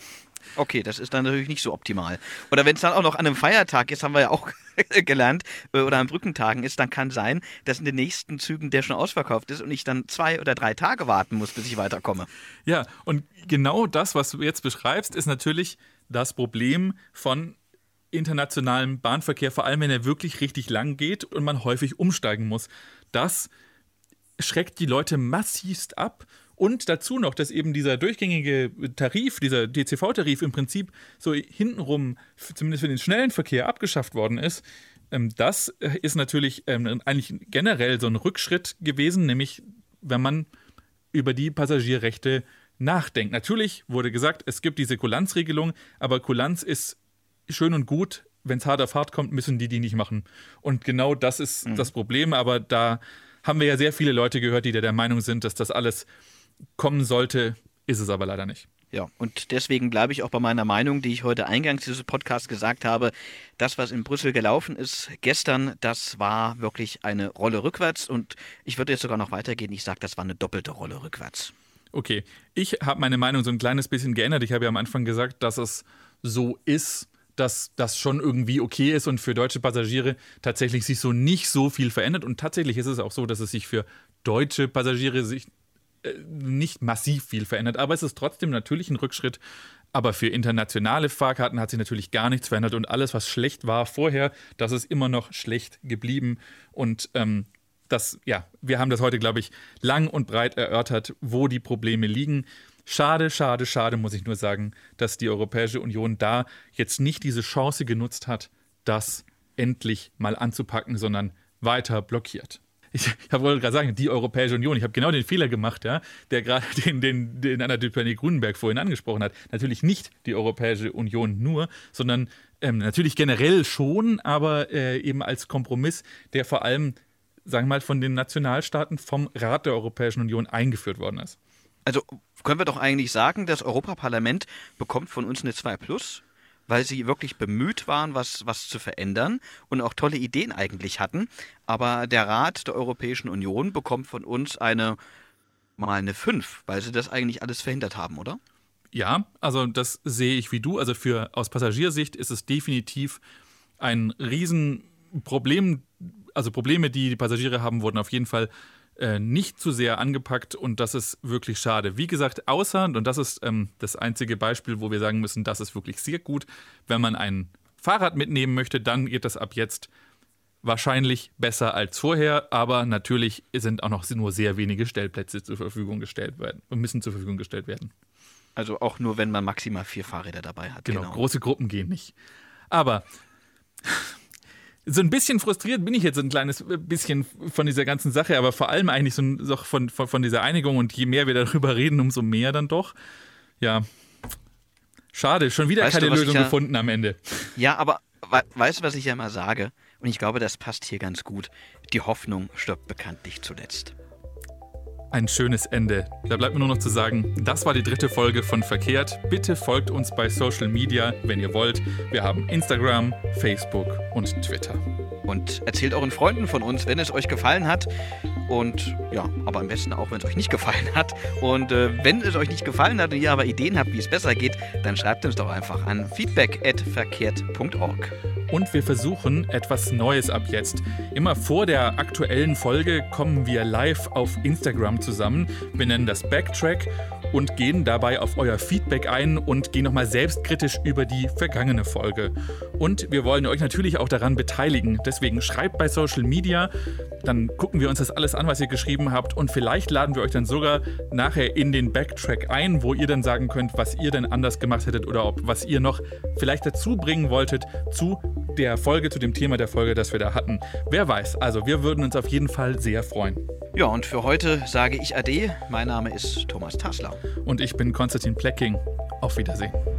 Okay, das ist dann natürlich nicht so optimal. Oder wenn es dann auch noch an einem Feiertag ist, haben wir ja auch gelernt, oder an Brückentagen ist, dann kann sein, dass in den nächsten Zügen der schon ausverkauft ist und ich dann zwei oder drei Tage warten muss, bis ich weiterkomme. Ja, und genau das, was du jetzt beschreibst, ist natürlich das Problem von internationalem Bahnverkehr, vor allem wenn er wirklich richtig lang geht und man häufig umsteigen muss. Das schreckt die Leute massivst ab. Und dazu noch, dass eben dieser durchgängige Tarif, dieser D C V-Tarif im Prinzip so hintenrum, zumindest für den schnellen Verkehr, abgeschafft worden ist. Das ist natürlich eigentlich generell so ein Rückschritt gewesen, nämlich wenn man über die Passagierrechte nachdenkt. Natürlich wurde gesagt, es gibt diese Kulanzregelung, aber Kulanz ist schön und gut. Wenn es hart auf hart kommt, müssen die die nicht machen. Und genau das ist mhm. das Problem. Aber da haben wir ja sehr viele Leute gehört, die der Meinung sind, dass das alles kommen sollte, ist es aber leider nicht. Ja, und deswegen bleibe ich auch bei meiner Meinung, die ich heute eingangs dieses Podcasts gesagt habe. Das, was in Brüssel gelaufen ist gestern, das war wirklich eine Rolle rückwärts. Und ich würde jetzt sogar noch weitergehen. Ich sage, das war eine doppelte Rolle rückwärts. Okay, ich habe meine Meinung so ein kleines bisschen geändert. Ich habe ja am Anfang gesagt, dass es so ist, dass das schon irgendwie okay ist und für deutsche Passagiere tatsächlich sich so nicht so viel verändert. Und tatsächlich ist es auch so, dass es sich für deutsche Passagiere sich nicht massiv viel verändert, aber es ist trotzdem natürlich ein Rückschritt. Aber für internationale Fahrkarten hat sich natürlich gar nichts verändert und alles, was schlecht war vorher, das ist immer noch schlecht geblieben. Und ähm, das, ja, wir haben das heute, glaube ich, lang und breit erörtert, wo die Probleme liegen. Schade, schade, schade, muss ich nur sagen, dass die Europäische Union da jetzt nicht diese Chance genutzt hat, das endlich mal anzupacken, sondern weiter blockiert. Ich, ich wollte gerade sagen, die Europäische Union, ich habe genau den Fehler gemacht, ja, der gerade den, den, den Anna Duplaney-Grunenberg vorhin angesprochen hat. Natürlich nicht die Europäische Union nur, sondern ähm, natürlich generell schon, aber äh, eben als Kompromiss, der vor allem, sagen wir mal, von den Nationalstaaten vom Rat der Europäischen Union eingeführt worden ist. Also können wir doch eigentlich sagen, das Europaparlament bekommt von uns eine zwei plus, weil sie wirklich bemüht waren, was, was zu verändern und auch tolle Ideen eigentlich hatten. Aber der Rat der Europäischen Union bekommt von uns eine, mal eine fünf, weil sie das eigentlich alles verhindert haben, oder? Ja, also das sehe ich wie du. Also für, aus Passagiersicht ist es definitiv ein Riesenproblem. Also Probleme, die die Passagiere haben, wurden auf jeden Fall äh, nicht zu sehr angepackt und das ist wirklich schade. Wie gesagt, außer, und das ist ähm, das einzige Beispiel, wo wir sagen müssen, das ist wirklich sehr gut, wenn man ein Fahrrad mitnehmen möchte, dann geht das ab jetzt wahrscheinlich besser als vorher, aber natürlich sind auch noch nur sehr wenige Stellplätze zur Verfügung gestellt werden und müssen zur Verfügung gestellt werden. Also auch nur, wenn man maximal vier Fahrräder dabei hat. Genau, genau. Große Gruppen gehen nicht. Aber so ein bisschen frustriert bin ich jetzt ein kleines bisschen von dieser ganzen Sache, aber vor allem eigentlich so, so von, von, von dieser Einigung und je mehr wir darüber reden, umso mehr dann doch. Ja, schade, schon wieder weißt keine du, Lösung ja, gefunden am Ende. Ja, aber we- weißt du, was ich ja immer sage? Und ich glaube, das passt hier ganz gut. Die Hoffnung stirbt bekanntlich zuletzt. Ein schönes Ende. Da bleibt mir nur noch zu sagen, das war die dritte Folge von Verkehrt. Bitte folgt uns bei Social Media, wenn ihr wollt. Wir haben Instagram, Facebook und Twitter. Und erzählt euren Freunden von uns, wenn es euch gefallen hat. Und ja, aber am besten auch, wenn es euch nicht gefallen hat. Und äh, wenn es euch nicht gefallen hat und ihr aber Ideen habt, wie es besser geht, dann schreibt uns doch einfach an feedback at verkehrt punkt org. Und wir versuchen etwas Neues ab jetzt. Immer vor der aktuellen Folge kommen wir live auf Instagram zusammen. Wir nennen das Backtrack und gehen dabei auf euer Feedback ein und gehen nochmal selbstkritisch über die vergangene Folge. Und wir wollen euch natürlich auch daran beteiligen. Deswegen schreibt bei Social Media, dann gucken wir uns das alles an, was ihr geschrieben habt. Und vielleicht laden wir euch dann sogar nachher in den Backtrack ein, wo ihr dann sagen könnt, was ihr denn anders gemacht hättet oder ob was ihr noch vielleicht dazu bringen wolltet zu der Folge, zu dem Thema der Folge, das wir da hatten. Wer weiß, also wir würden uns auf jeden Fall sehr freuen. Ja, und für heute sage ich Ade. Mein Name ist Thomas Tasler. Und ich bin Konstantin Plecking. Auf Wiedersehen.